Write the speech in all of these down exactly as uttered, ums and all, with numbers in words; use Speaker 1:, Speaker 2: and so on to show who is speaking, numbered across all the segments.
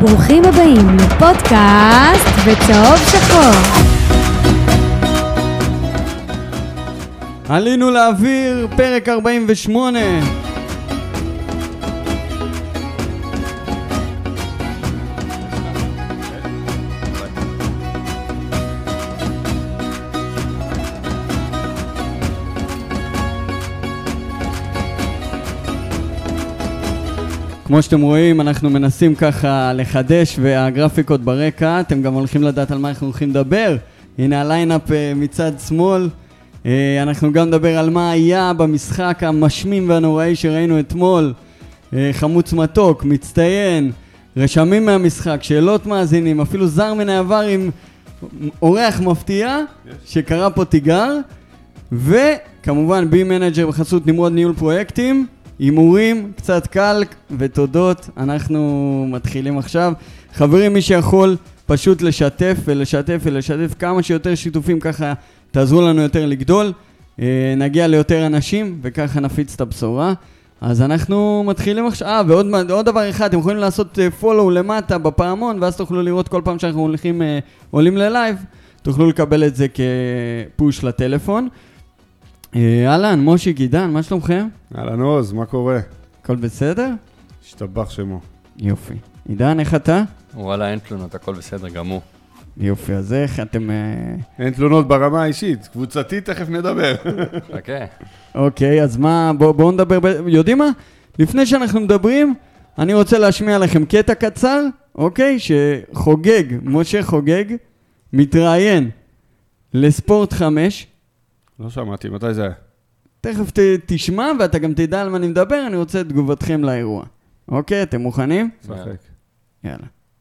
Speaker 1: ברוכים הבאים לפודקאסט בצהוב שחור.
Speaker 2: עלינו לאוויר, פרק ארבעים ושמונה. כמו שאתם רואים, אנחנו מנסים ככה לחדש והגרפיקות ברקע. אתם גם הולכים לדעת על מה אנחנו הולכים לדבר. הנה הליינאפ מצד שמאל. אנחנו גם נדבר על מה היה במשחק המשמים והנוראי שראינו אתמול. חמוץ מתוק, מצטיין, רשמים מהמשחק, שאלות מאזינים, אפילו זר מן העבר עם אורח מפתיע שקרא פה תיגר. וכמובן בי מנג'ר בחסות נמרוד ניהול פרויקטים. אימורים, קצת קל ותודות, אנחנו מתחילים עכשיו. חברים, מי שיכול פשוט לשתף ולשתף ולשתף כמה שיותר שיתופים, ככה תעזרו לנו יותר לגדול, נגיע ליותר אנשים וככה נפיץ את הבשורה. אז אנחנו מתחילים עכשיו. אה, ועוד עוד דבר אחד, אתם יכולים לעשות פולו למטה בפעמון, ואז תוכלו לראות כל פעם שאנחנו הולכים, עולים ללייב, תוכלו לקבל את זה כפוש לטלפון. אהלן, מושיק, עידן, מה שלומכם?
Speaker 3: אהלן עוז, מה קורה?
Speaker 2: הכל בסדר?
Speaker 3: השתבח שמו.
Speaker 2: יופי. עידן, איך אתה?
Speaker 4: וואלה, אין תלונות, הכל בסדר גמור.
Speaker 2: יופי, אז איך אתם...
Speaker 3: אין תלונות ברמה האישית, קבוצתית תכף נדבר.
Speaker 4: אוקיי.
Speaker 2: אוקיי, אז מה, בואו בוא נדבר... ב... יודעים מה? לפני שאנחנו מדברים, אני רוצה להשמיע לכם קטע קצר, אוקיי? שחוגג, משה חוגג, מתראיין לספורט חמש,
Speaker 3: לא שמעתי, מתי זה היה?
Speaker 2: תכף ת, תשמע ואתה גם תדע על מה אני מדבר, אני רוצה את תגובתכם לאירוע. אוקיי, אתם מוכנים?
Speaker 3: שחק.
Speaker 2: יאללה.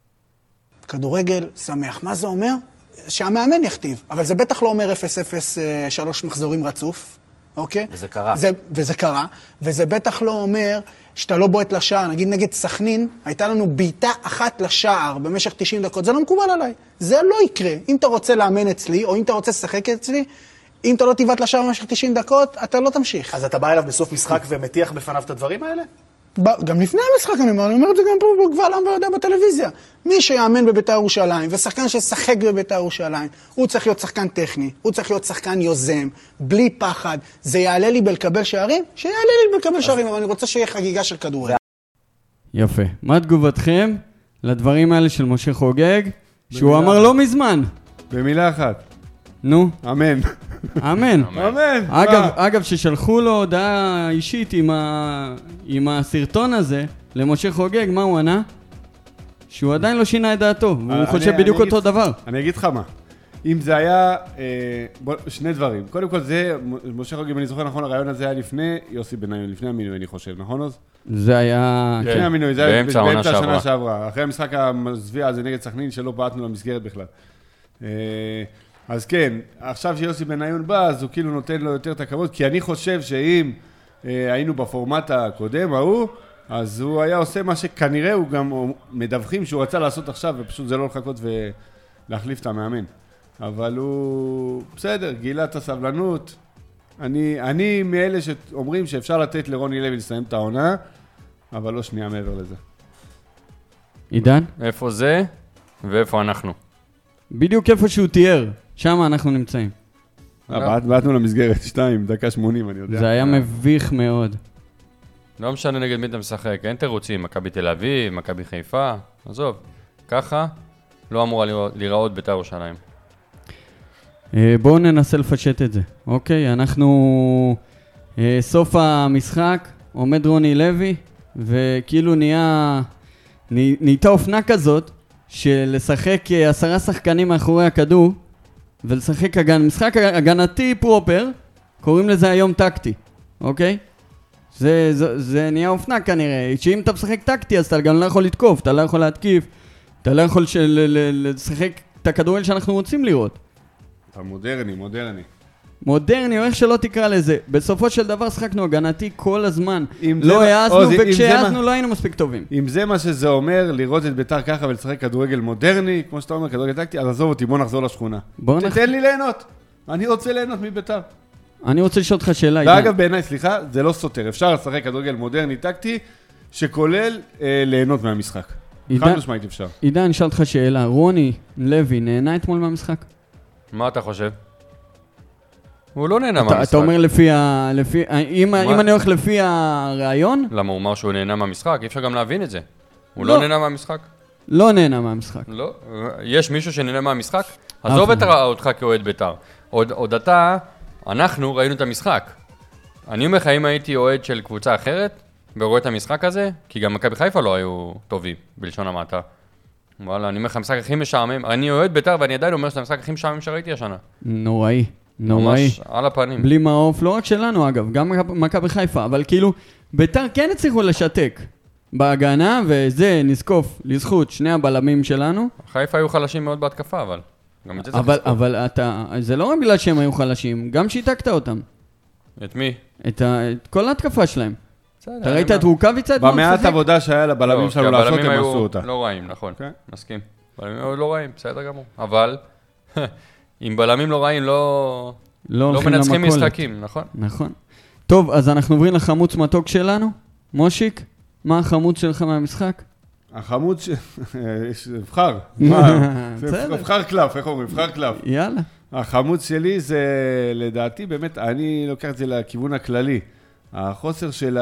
Speaker 5: כדורגל שמח. מה זה אומר? שהמאמן יכתיב. אבל זה בטח לא אומר אפס אפס שלוש מחזורים רצוף. אוקיי?
Speaker 4: וזה קרה.
Speaker 5: זה, וזה קרה. וזה בטח לא אומר שאתה לא בועט לשער. נגיד נגד סכנין, הייתה לנו בעיטה אחת לשער במשך תשעים דקות. זה לא מקובל עליי. זה לא יקרה. אם אתה רוצה לאמן אצלי, או אם אתה רוצה לשחק אצלי, אם אתה לא תיבט לשער במשך תשעים דקות, אתה לא תמשיך.
Speaker 6: אז אתה בא אליו בסוף משחק ומטיח בפניו את הדברים האלה?
Speaker 5: גם לפני המשחק אני אומר, אני אומר את זה גם פה בגבל עם ויודע בטלוויזיה. מי שיאמן בבית"ר ירושלים, ושחקן ששחק בבית"ר ירושלים, הוא צריך להיות שחקן טכני, הוא צריך להיות שחקן יוזם, בלי פחד. זה יעלה לי בלקבל שערים? שיעלה לי בלקבל שערים, אבל אני רוצה שיהיה חגיגה של כדורגל.
Speaker 2: יפה. מה תגובתכם לדברים האלה של משה חוגג, שהוא אמר לא מזמן?
Speaker 3: במילה אחת.
Speaker 2: נו.
Speaker 3: אמן.
Speaker 2: אמן.
Speaker 3: אמן.
Speaker 2: אגב, אגב, ששלחו לו הודעה אישית עם, ה... עם הסרטון הזה, למשה חוגג, מה הוא ענה? שהוא עדיין לא שינה את דעתו, והוא חושב בדיוק אותו דבר.
Speaker 3: אני אגיד לך מה. אם זה היה, שני דברים. קודם כל זה, משה חוגג, אם אני זוכר נכון, הרעיון הזה היה לפני יוסי בניון, לפני המינוי, אני חושב, נכון עוז?
Speaker 2: זה היה...
Speaker 3: לפני המינוי, זה היה
Speaker 4: באמצע
Speaker 3: השנה שעברה. אחרי המשחק המזוויע הזה נגד סכנין, שלא בעטנו למסגרת בכלל. אז כן, עכשיו שיוסי בניון בא, אז הוא כאילו נותן לו יותר את הכבוד, כי אני חושב שאם אה, היינו בפורמט הקודם, ההוא, אז הוא היה עושה מה שכנראה הוא גם מדווחים שהוא רצה לעשות עכשיו, ופשוט זה לא לחכות ולהחליף את המאמן. אבל הוא, בסדר, גילה את הסבלנות. אני, אני מאלה שאומרים שאפשר לתת לרוני לוי לסיים את העונה, אבל לא שנייה מעבר לזה.
Speaker 2: עידן?
Speaker 4: איפה זה ואיפה אנחנו?
Speaker 2: בדיוק איפה שהוא תיאר. שם אנחנו נמצאים.
Speaker 3: בעטנו למסגרת, שתיים, דקה שמונים, אני יודע.
Speaker 2: זה היה מביך מאוד.
Speaker 4: לא משנה נגד מי אתה משחק, אין תירוצים, מכבי תל אביב, מכבי חיפה, עזוב. ככה לא אמורה להיראות בית"ר ירושלים.
Speaker 2: בואו ננסה לפשט את זה. אוקיי, אנחנו... סוף המשחק, עומד רוני לוי, וכאילו נהיה... נהייתה אופנה כזאת, שלשחק עשרה שחקנים מאחורי הכדור, ולשחק הגן, משחק הגנתי פרופר, קוראים לזה היום טקטי, אוקיי? זה, זה, זה נהיה אופנה כנראה, שאם אתה משחק טקטי, אז אתה גם לא יכול לתקוף, אתה לא יכול להתקיף, אתה לא יכול של, ל, לשחק את הכדורגל שאנחנו רוצים לראות.
Speaker 3: אתה מודרני, מודרני.
Speaker 2: מודרני, או איך שלא תקרא לזה. בסופו של דבר שחקנו הגנתי כל הזמן. לא העזנו, וכשהעזנו לא היינו מספיק טובים.
Speaker 3: אם זה מה שזה אומר, לראות את בית"ר ככה ולשחק כדורגל מודרני, כמו שאתה אומר, כדורגל טקטי, אז עזוב אותי, בוא נחזור לשכונה. תתן לי ליהנות. אני רוצה ליהנות מבית"ר.
Speaker 2: אני רוצה לשאול אותך שאלה.
Speaker 3: ואגב, בעיניי, סליחה, זה לא סותר. אפשר לשחק כדורגל מודרני טקטי, שכולל ליהנות מהמשחק.
Speaker 2: עידן-
Speaker 3: חד משמעית אפשר.
Speaker 2: עידן, אני אשאל אותך שאלה. רוני לוי נהנה אתמול מהמשחק?
Speaker 4: מה אתה חושב? הוא לא נהנה
Speaker 2: אתה-
Speaker 4: מהמשחק.
Speaker 2: אתה אומר לפי ה... לפי- אם אם אני הולך לפי הרעיון,
Speaker 4: למה הוא אמר שהוא נהנה מהמשחק? אי אפשר גם להבין את זה. הוא
Speaker 2: לא.
Speaker 4: לא נהנה מהמשחק?
Speaker 2: לא נהנה מהמשחק.
Speaker 4: לא. יש מישהו שנהנה מהמשחק? עזוב את
Speaker 2: אחד.
Speaker 4: אותך כאוהד בית"ר. עוד עוד אתה, אנחנו ראינו את המשחק. אני אומר לך, אם הייתי אוהד של קבוצה אחרת, ורואה את המשחק הזה, כי גם מכבי חיפה לא היו טובים, בלשון המעטה. וואלה, אני אומר לך, המשחק הכי משעמם. אני אוהד בית"ר ואני עדיין אומר שזה המשחק הכי משעמם שראיתי השנה.
Speaker 2: נוראי. נוראי.
Speaker 4: ממש על הפנים.
Speaker 2: בלי מעוף, לא רק שלנו אגב, גם מכב- מכבי חיפה, אבל כאילו, ביתר כן הצליחו לשתק בהגנה, וזה נזקוף לזכות שני הבלמים שלנו,
Speaker 4: חיפה היו חלשים מאוד בהתקפה, אבל. גם את זה צריך
Speaker 2: אבל,
Speaker 4: לזכור.
Speaker 2: אבל אתה, זה לא רק בגלל שהם היו חלשים, גם שיתקת אותם,
Speaker 4: את מי?
Speaker 2: את, ה, את כל ההתקפה שלהם.
Speaker 4: בסדר,
Speaker 2: אתה ראית
Speaker 4: אין
Speaker 2: את
Speaker 4: מה.
Speaker 2: רוקאביצה אתמול
Speaker 3: במעט
Speaker 2: משחק?
Speaker 3: עבודה שהיה לבלמים
Speaker 4: לא,
Speaker 3: שלנו
Speaker 4: כי
Speaker 3: לעשות,
Speaker 4: הבלמים
Speaker 3: הם
Speaker 4: היו
Speaker 3: עשו אותה.
Speaker 4: לא רעים, נכון.
Speaker 3: כן.
Speaker 4: מסכים. בלמים היו לא רעים, בסדר גמור. אבל, עם בלמים לא רעים לא...
Speaker 2: לא
Speaker 4: לא
Speaker 2: הולכים
Speaker 4: מנצחים
Speaker 2: למכולת.
Speaker 4: משחקים, נכון?
Speaker 2: נכון. טוב, אז אנחנו עוברים לחמוץ מתוק שלנו. מושיק, מה החמוץ שלך מהמשחק?
Speaker 3: החמוד ש... יש- נבחר. מה? זה
Speaker 2: בסדר.
Speaker 3: נבחר קלף, איך אומרים? נבחר קלף.
Speaker 2: יאללה.
Speaker 3: החמוץ שלי זה, לדעתי, באמת, אני לוקח את זה לכיוון הכללי. החוסר של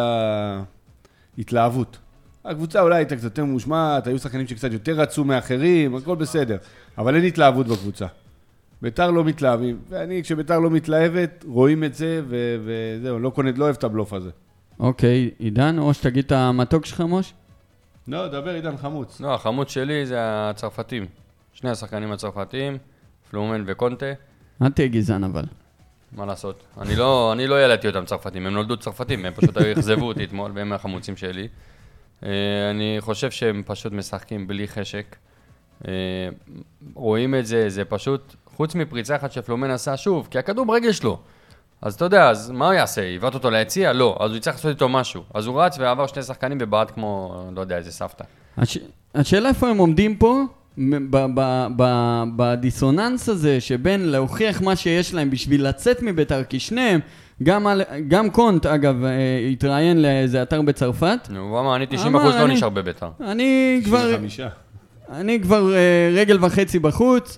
Speaker 3: ההתלהבות. הקבוצה אולי הייתה קצת יותר מושמעת, היו שחקנים שקצת יותר רצו מאחרים, הכל בסדר. אבל אין התלהבות בקבוצה. ביתר לא מתלהבים, ואני, כשביתר לא מתלהבת, רואים את זה, ו- וזהו, לא קונה, לא אוהב את הבלוף הזה.
Speaker 2: אוקיי, עידן, או שתגיד את המתוק שלך, מוש?
Speaker 3: לא, דבר עידן חמוץ.
Speaker 4: לא, החמוד שלי זה הצרפתים. שני השחקנים הצרפתים, פלומן וקונטה.
Speaker 2: אל תהיה גזען אבל.
Speaker 4: מה לעשות? אני לא, אני לא ילדתי אותם צרפתים, הם נולדו צרפתים, הם פשוט היו אכזבו אותי אתמול, והם מהחמוצים שלי. אה, אני חושב שהם פשוט משחקים בלי חשק. אה, רואים את זה, זה פשוט, חוץ מפריצה אחת שפלומן עשה שוב, כי הכדור ברגל שלו. אז אתה יודע, אז מה הוא יעשה? הבאת אותו ליציע? לא. אז הוא יצטרך לעשות איתו משהו. אז הוא רץ ועבר שני שחקנים ובעט כמו, לא יודע, איזה סבתא.
Speaker 2: הש... השאלה איפה הם עומדים פה, ב- ב- ב- בדיסוננס הזה, שבין להוכיח מה שיש להם בשביל לצאת מביתר, כי שניהם, גם, על... גם קונט, אגב, אה, התראיין לאיזה אתר בצרפת.
Speaker 4: נו, הוא אמר, אני תשעים
Speaker 2: אמר,
Speaker 4: אחוז לא
Speaker 2: אני-
Speaker 4: נשאר בביתר.
Speaker 2: אני כבר,
Speaker 3: חמישה.
Speaker 2: אני כבר אה, רגל וחצי בחוץ,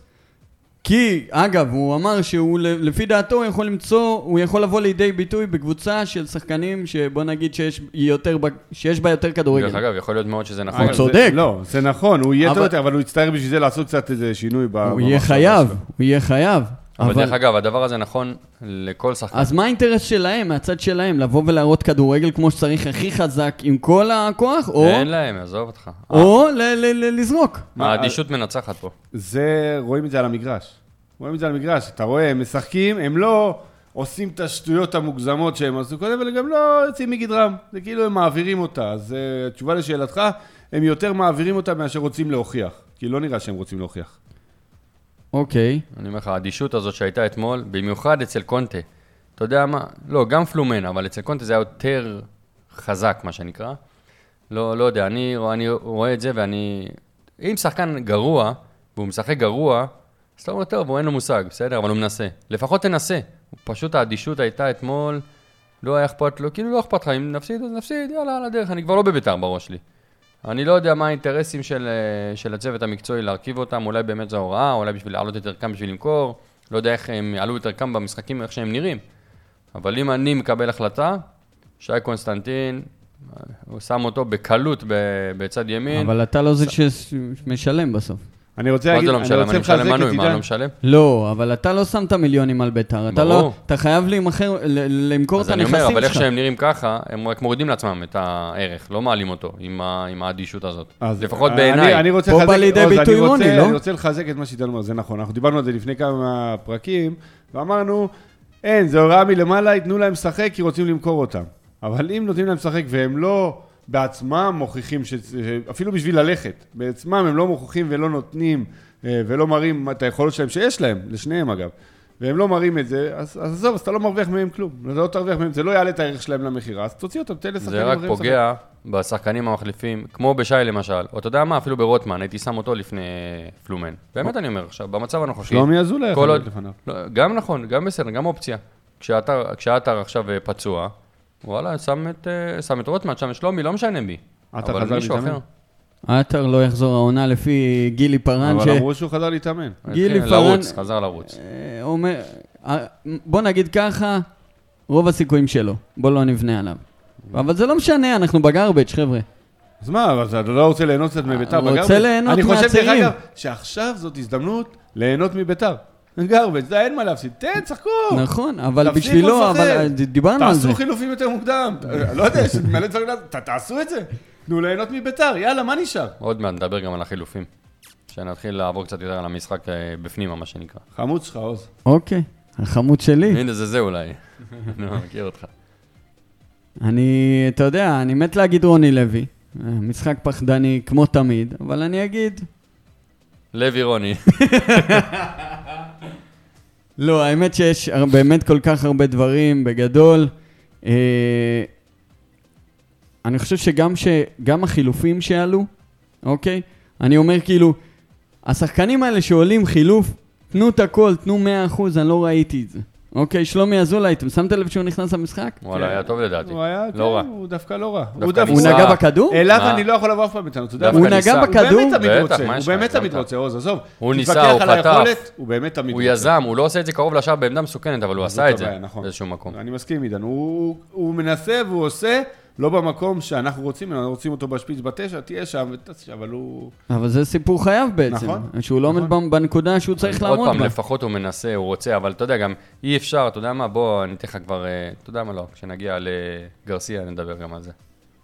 Speaker 2: כי, אגב, הוא אמר שהוא, לפי דעתו, הוא יכול למצוא, הוא יכול לבוא לידי ביטוי בקבוצה של שחקנים שבוא נגיד שיש, יותר, ב- שיש בה יותר כדורגל.
Speaker 4: דרך אגב, יכול להיות מאוד שזה נכון.
Speaker 2: הוא
Speaker 3: אגב,
Speaker 2: צודק.
Speaker 3: זה- לא, זה נכון, הוא יהיה
Speaker 2: אבל-
Speaker 3: טוב יותר, אבל הוא יצטרך בשביל זה לעשות קצת איזה שינוי ב...
Speaker 2: הוא יהיה
Speaker 3: במחשבה
Speaker 2: חייב,
Speaker 3: שלו.
Speaker 2: הוא יהיה חייב.
Speaker 4: אבל דרך אגב, הדבר הזה נכון לכל שחקן.
Speaker 2: אז מה האינטרס שלהם, מהצד שלהם, לבוא ולהראות כדורגל כמו שצריך הכי חזק עם כל הכוח, או,
Speaker 4: אין להם, עזוב אותך.
Speaker 2: או ל- ל- ל- לזרוק?
Speaker 3: מה,
Speaker 4: האדישות מנצחת פה.
Speaker 3: זה, רואים את זה על המגרש. רואים את זה על המגרש. אתה רואה, הם משחקים, הם לא עושים את השטויות המוגזמות שהם עשו קודם, אבל גם לא יוצאים מגדרם. זה כאילו הם מעבירים אותה. אז uh, התשובה לשאלתך, הם יותר מעבירים אותה מאשר רוצים להוכיח. כי לא נראה שהם רוצים להוכיח.
Speaker 2: אוקיי.
Speaker 4: אני אומר לך, האדישות הזאת שהייתה אתמול, במיוחד אצל קונטה. אתה יודע מה? לא, גם פלומן, אבל אצל קונטה זה היה יותר חזק, מה שנקרא. לא, לא יודע, אני, אני רואה את זה ואני... אם שחקן גרוע, והוא משחק גרוע, אז אתה אומר, טוב, הוא אין לו מושג, בסדר, אבל הוא מנסה. לפחות תנסה. פשוט האדישות הייתה אתמול, לא היה אכפת לו, כאילו לא אכפת לך, אם נפסיד, אז נפסיד, יאללה, על הדרך, אני כבר לא בביתר בראש שלי. אני לא יודע מה האינטרסים של, של הצוות המקצועי להרכיב אותם, אולי באמת זו הוראה, אולי בשביל לעלות יותר קם בשביל למכור, לא יודע איך הם יעלו יותר קם במשחקים, איך שהם נראים. אבל אם אני מקבל החלטה, שי קונסטנטין, הוא שם אותו בקלות בצד ימין.
Speaker 2: אבל אתה לא זה שמשלם בסוף.
Speaker 3: אני רוצה
Speaker 4: מה
Speaker 3: להגיד,
Speaker 4: זה לא
Speaker 3: אני
Speaker 4: משלם?
Speaker 3: רוצה
Speaker 4: אני משלם
Speaker 3: לחזק את
Speaker 4: מנוי, מה, אני
Speaker 3: עידן.
Speaker 4: לא משלם?
Speaker 2: לא, אבל אתה לא שמת מיליונים על ביתר. אתה לא,
Speaker 4: ברור.
Speaker 2: אתה חייב להימכר, ל- למכור את
Speaker 4: אז אני
Speaker 2: הנכסים שלך.
Speaker 4: אומר, אבל איך שהם נראים ככה, הם רק מורידים לעצמם את הערך, לא מעלים אותו עם ה- עם האדישות הזאת.
Speaker 3: אז
Speaker 4: לפחות
Speaker 3: אני-
Speaker 4: בעיניי.
Speaker 3: אני רוצה
Speaker 2: פה
Speaker 3: לחזק-
Speaker 2: בא לידי
Speaker 3: עוז, אני
Speaker 2: ביטוי
Speaker 3: רוצה-
Speaker 2: רוני, לא?
Speaker 3: אני רוצה לחזק את מה שעידן אומר, זה נכון. אנחנו דיברנו על זה לפני כמה פרקים, ואמרנו, אין, זה הוראה מלמעלה, ייתנו להם לשחק כי רוצים למכור אותם. אבל אם נותנים להם לשחק והם לא בעצמם מוכיחים, ש... אפילו בשביל ללכת, בעצמם הם לא מוכיחים ולא נותנים ולא מראים את היכולות שלהם, שיש להם, לשניהם אגב, והם לא מראים את זה, אז עזוב, אז אתה לא מרוויח מהם כלום. אתה לא תרוויח מהם, זה לא יעלה את הערך שלהם למחירה, אז תוציא אותם, תן לשחקנים
Speaker 4: זה רק
Speaker 3: אחרים לשחק.
Speaker 4: פוגע בשחקנים המחליפים, כמו בשי למשל, או אתה יודע מה, אפילו ברוטמן, הייתי שם אותו לפני פלומן. באמת אני אומר עכשיו, במצב הנוכחי,
Speaker 3: שלומי אזולאי יכול
Speaker 4: כל
Speaker 3: להיות
Speaker 4: עוד-
Speaker 3: לפניו.
Speaker 4: לא, גם נכון, גם בסדר, גם אופציה. כשאתר כשאתר עכשיו אה, פצוע, וואלה, שם את, אה, שם את רוטמן, שם את שלומי, לא משנה מי.
Speaker 3: עטר
Speaker 4: אבל
Speaker 3: חזר
Speaker 4: מישהו
Speaker 3: להתאמן?
Speaker 4: אחר.
Speaker 2: עטר לא יחזור העונה לפי גילי פרן.
Speaker 3: אבל אמרו שהוא חזר להתאמן.
Speaker 2: גילי פרן...
Speaker 4: לרוץ, חזר לרוץ.
Speaker 2: אומר, בוא נגיד ככה, רוב הסיכויים שלו. בוא לא נבנה עליו. אבל זה לא משנה, אנחנו בגרבג' חבר'ה.
Speaker 3: אז מה, אבל אתה לא רוצה ליהנות קצת מביתר בגרבג'?
Speaker 2: רוצה ליהנות מהצעירים.
Speaker 3: אני חושב, דרך אגב, שעכשיו זאת הזדמנות ליהנות מביתר. גרבג', זה אין מה להפסיד. תן, צחקו.
Speaker 2: נכון, אבל בשבילו, אבל דיברנו על זה.
Speaker 3: תעשו חילופים יותר מוקדם. לא יודע, יש מלא דברים, תעשו את זה. תנו ליהנות מביתר, יאללה, מה נשאר?
Speaker 4: עוד מעט נדבר גם על החילופים. שנתחיל לעבור קצת יותר על המשחק בפנים, מה שנקרא.
Speaker 3: חמוד שלך, עוז.
Speaker 2: אוקיי, החמוד שלי.
Speaker 4: הנה, זה זה אולי. אני מכיר אותך.
Speaker 2: אני, אתה יודע, אני מת להגיד רוני לוי. משחק פחדני כמו תמיד, אבל אני אגיד...
Speaker 4: לוי רוני.
Speaker 2: לא, האמת שיש באמת כל כך הרבה דברים בגדול. אני חושב שגם שגם החילופים שעלו, אוקיי? אני אומר כאילו, השחקנים האלה שעולים חילוף, תנו את הכל, תנו מאה אחוז, אני לא ראיתי את זה. אוקיי, שלומי אזולאי, אתם שמת לב שהוא נכנס למשחק?
Speaker 4: וואלה, היה טוב לדעתי.
Speaker 3: הוא היה, כן, הוא דווקא לא רע.
Speaker 2: הוא נגע בכדור?
Speaker 3: אליו אני לא יכול לבוא אף פעם איתנו, אתה יודע.
Speaker 2: הוא נגע בכדור?
Speaker 3: הוא באמת תמיד רוצה, הוא באמת תמיד רוצה, עוז, עזוב.
Speaker 4: הוא ניסה, הוא חטף,
Speaker 3: הוא באמת תמיד
Speaker 4: הוא
Speaker 3: רוצה.
Speaker 4: יזם, הוא לא עושה את זה קרוב לשער בעמדה מסוכנת, אבל הוא עשה את זה באיזשהו מקום.
Speaker 3: אני מסכים עידן, הוא מנסה והוא עושה, לא במקום שאנחנו רוצים, אנחנו רוצים אותו בשפיץ בתשע, תהיה שם ותעשה, אבל הוא...
Speaker 2: אבל זה סיפור חייו בעצם.
Speaker 3: נכון.
Speaker 2: שהוא לא עומד בנקודה שהוא צריך לעמוד בה.
Speaker 4: עוד פעם, לפחות הוא מנסה, הוא רוצה, אבל אתה יודע, גם אי אפשר, אתה יודע מה, בוא, אני אתן לך כבר, אתה יודע מה לא, כשנגיע לגרסיה, נדבר גם על זה.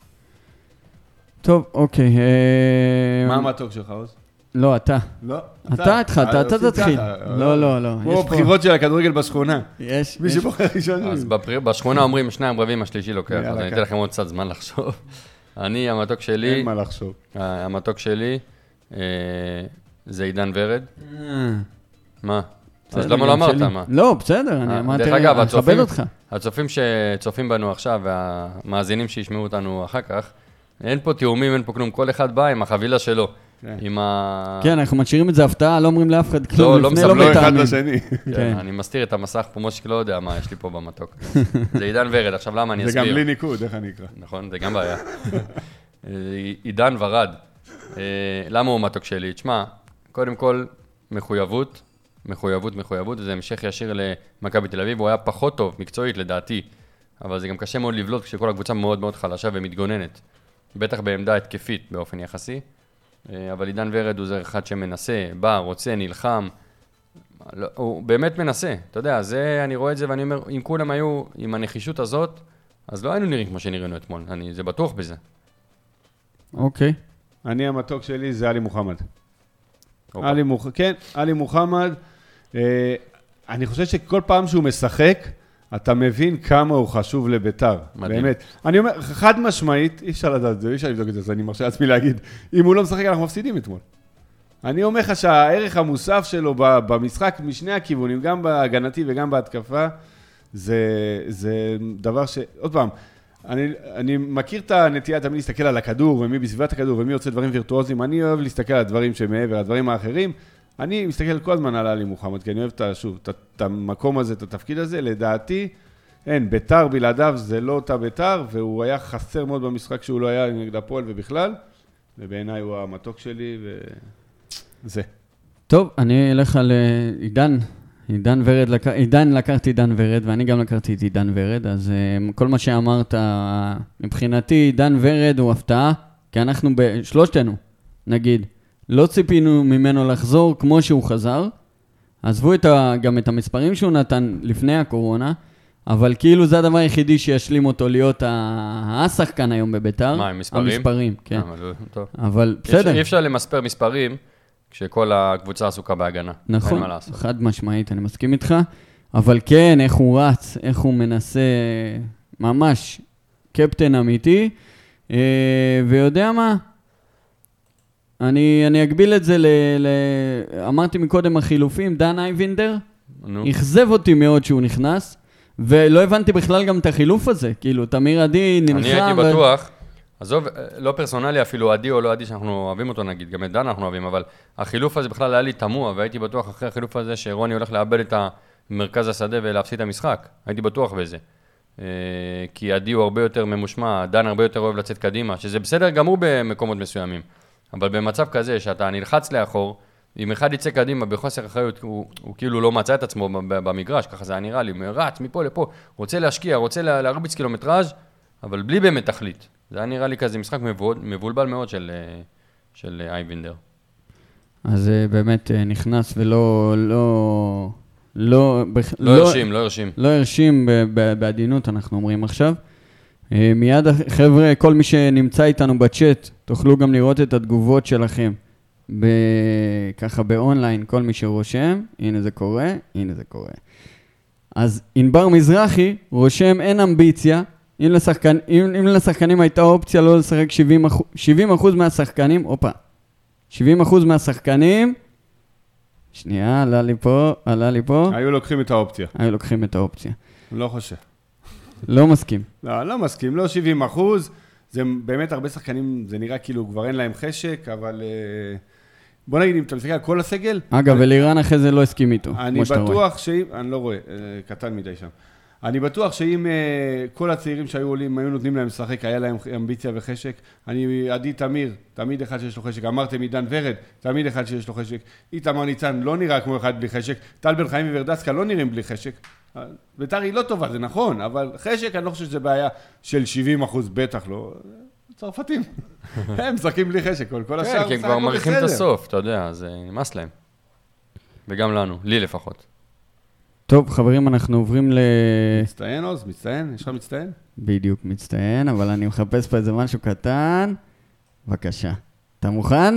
Speaker 2: טוב, אוקיי.
Speaker 3: מה המתוק שלך, עוז?
Speaker 2: לא, אתה.
Speaker 3: לא.
Speaker 2: אתה התחלת, אתה תתחיל. לא, לא, לא.
Speaker 3: כמו בחירות של הכדורגל בשכונה.
Speaker 2: יש.
Speaker 3: מי שבוחר ראשון.
Speaker 4: אז בשכונה אומרים שניים רבים, השלישי לוקח, אז אני אתן לכם עוד קצת זמן לחשוב. אני, המתוק שלי...
Speaker 3: אין מה לחשוב.
Speaker 4: המתוק שלי זה עידן ורד. מה? אז למה לא אמרת מה?
Speaker 2: לא, בסדר, אני אמרתי,
Speaker 4: דרך אגב,
Speaker 2: אני אכבד אותך.
Speaker 4: הצופים שצופים בנו עכשיו, והמאזינים שישמעו אותנו אחר כך, אין פה תיאומים, אין פה כלום, כל אחד בא עם החבילה שלו. עם ה...
Speaker 2: כן, אנחנו משאירים את זה הפתעה, לא אומרים לאף אחד כלום,
Speaker 4: לא,
Speaker 2: לפני
Speaker 4: לא
Speaker 2: לא
Speaker 3: אחד
Speaker 2: מתאמים.
Speaker 3: לשני.
Speaker 4: כן, אני מסתיר את המסך פה, מושק לא יודע מה יש לי פה במתוק. זה עידן ורד, עכשיו למה אני
Speaker 3: זה
Speaker 4: אסביר?
Speaker 3: גם בלי ניקוד, איך אני אקרא?
Speaker 4: נכון, זה גם בעיה. עידן ורד, למה הוא מתוק שלי? תשמע, קודם כל, מחויבות, מחויבות, מחויבות, וזה המשך ישיר למכבי תל אביב, הוא היה פחות טוב, מקצועית לדעתי, אבל זה גם קשה מאוד לבלוט כשכל הקבוצה מאוד מאוד חלשה ומתגוננת, בטח בעמדה התקפית באופן יחסי, אבל עידן ורד הוא זה אחד שמנסה, בא, רוצה, נלחם, הוא באמת מנסה, אתה יודע, זה, אני רואה את זה ואני אומר, אם כולם היו עם הנחישות הזאת, אז לא היינו נראים כמו שנראינו אתמול, אני, זה בטוח בזה.
Speaker 2: אוקיי.
Speaker 3: אני המתוק שלי זה עלי מוחמד. עלי מוחמד, כן, עלי מוחמד, אני חושב שכל פעם שהוא משחק, אתה מבין כמה הוא חשוב לביתר, באמת. אני אומר, חד משמעית, אי אפשר לדעת את זה, אי אפשר לבדוק את זה, אז אני מרשה לעצמי להגיד, אם הוא לא משחק, אנחנו מפסידים אתמול. אני אומר לך שהערך המוסף שלו במשחק משני הכיוונים, גם בהגנתי וגם בהתקפה, זה, זה דבר ש... עוד פעם, אני, אני מכיר את הנטייה תמיד להסתכל על הכדור, ומי בסביבת הכדור, ומי יוצא דברים וירטואוזיים, אני אוהב להסתכל על הדברים שמעבר, הדברים האחרים, אני מסתכל כל הזמן על עלי מוחמד, כי אני אוהב את, שוב, את, את המקום הזה, את התפקיד הזה, לדעתי, אין, ביתר בלעדיו זה לא אותה ביתר, והוא היה חסר מאוד במשחק שהוא לא היה נגד הפועל ובכלל, ובעיניי הוא המתוק שלי, וזה. טוב,
Speaker 2: אני אלך על עידן, עידן ורד, לק... עידן לקחתי עידן ורד, ואני גם לקחתי את עידן ורד, אז uh, כל מה שאמרת, מבחינתי עידן ורד הוא הפתעה, כי אנחנו בשלושתנו, נגיד, לא ציפינו ממנו לחזור כמו שהוא חזר, עזבו את ה... גם את המספרים שהוא נתן לפני הקורונה, אבל כאילו זה הדבר היחידי שישלים אותו להיות השחקן היום בביתר.
Speaker 4: מה, עם מספרים?
Speaker 2: המספרים, כן.
Speaker 4: אבל, טוב.
Speaker 2: אבל בסדר.
Speaker 4: אי אפשר למספר מספרים, כשכל הקבוצה עסוקה בהגנה.
Speaker 2: נכון,
Speaker 4: אין מה לעשות.
Speaker 2: חד משמעית, אני מסכים איתך, אבל כן, איך הוא רץ, איך הוא מנסה, ממש קפטן אמיתי, ויודע מה? אני, אני אגביל את זה ל... ל... אמרתי מקודם החילופים, דן אייבינדר, הכזב אותי מאוד שהוא נכנס, ולא הבנתי בכלל גם את החילוף הזה, כאילו, תמיר עדי נלחם.
Speaker 4: אני הייתי בטוח, עזוב, לא פרסונלי אפילו עדי או לא עדי שאנחנו אוהבים אותו נגיד, גם את דן אנחנו אוהבים, אבל החילוף הזה בכלל היה לי תמוה, והייתי בטוח אחרי החילוף הזה שרוני הולך לאבד את מרכז השדה ולהפסיד את המשחק, הייתי בטוח בזה. כי עדי הוא הרבה יותר ממושמע, דן הרבה יותר אוהב לצאת קדימה, שזה בסדר גמור במקומות מסוימים, אבל במצב כזה שאתה נלחץ לאחור, אם אחד יצא קדימה בחוסר אחריות, הוא, הוא כאילו לא מצא את עצמו במגרש, ככה זה היה נראה לי, רץ מפה לפה, רוצה להשקיע, רוצה להרביץ קילומטראז', אבל בלי באמת תכלית. זה היה נראה לי כזה משחק מבול, מבולבל מאוד של, של אייבינדר.
Speaker 2: אז באמת נכנס ולא, לא, לא,
Speaker 4: לא הרשים, לא הרשים.
Speaker 2: לא הרשים בעדינות, אנחנו אומרים עכשיו. מיד, חבר'ה, כל מי שנמצא איתנו בצ'אט, תוכלו גם לראות את התגובות שלכם. ככה באונליין, כל מי שרושם, הנה זה קורה, הנה זה קורה. אז ענבר מזרחי רושם אין אמביציה, אם, לשחקן, אם, אם לשחקנים הייתה אופציה לא לשחק שבעים אחוז מהשחקנים, אופה, שבעים אחוז מהשחקנים, שנייה, עלה לי פה, עלה לי פה.
Speaker 3: היו לוקחים את האופציה.
Speaker 2: היו לוקחים את האופציה.
Speaker 3: לא חושב.
Speaker 2: לא מסכים.
Speaker 3: לא, לא מסכים, לא שבעים אחוז, זה באמת הרבה שחקנים, זה נראה כאילו כבר אין להם חשק, אבל בוא נגיד, אם אתה מסתכל על כל הסגל...
Speaker 2: אגב, ולירן אחרי זה לא הסכים איתו,
Speaker 3: אני בטוח שאם, אני לא רואה, קטן מדי שם. אני בטוח שאם כל הצעירים שהיו עולים, היו נותנים להם לשחק, היה להם אמביציה וחשק. אני, עדי תמיר, תמיד אחד שיש לו חשק. אמרתם עידן ורד, תמיד אחד שיש לו חשק. איתמר ניצן לא נראה כמו אחד בלי חשק. טל בן חיים וורדסקה לא נראים בלי חשק. בית"ר היא לא טובה, זה נכון, אבל חשק אני לא חושב שזה בעיה של שבעים אחוז, בטח לא. צרפתים. הם משחקים בלי חשק, כל השאר.
Speaker 4: כן, כי הם כבר מריחים את הסוף, אתה יודע, זה נמאס להם. וגם לנו, לי לפחות.
Speaker 2: טוב, חברים, אנחנו עוברים ל...
Speaker 3: מצטיין, עוז, מצטיין? יש לך מצטיין?
Speaker 2: בדיוק, מצטיין, אבל אני מחפש פה איזה משהו קטן. בבקשה. אתה מוכן?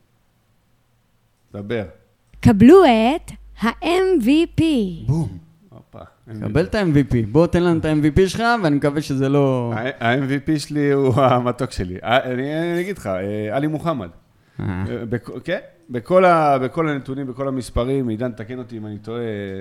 Speaker 3: דבר.
Speaker 1: קבלו את ה-אם וי פי.
Speaker 2: בום.
Speaker 3: הופה.
Speaker 2: קבל את ה-אם וי פי. בוא, תן לנו את ה-אם וי פי שלך, ואני מקווה שזה לא...
Speaker 3: ה-אם וי פי שלי הוא המתוק שלי. אני אגיד לך, עלי מוחמד. כן, בכל הנתונים, בכל המספרים, עידן, תקן אותי אם אני טועה,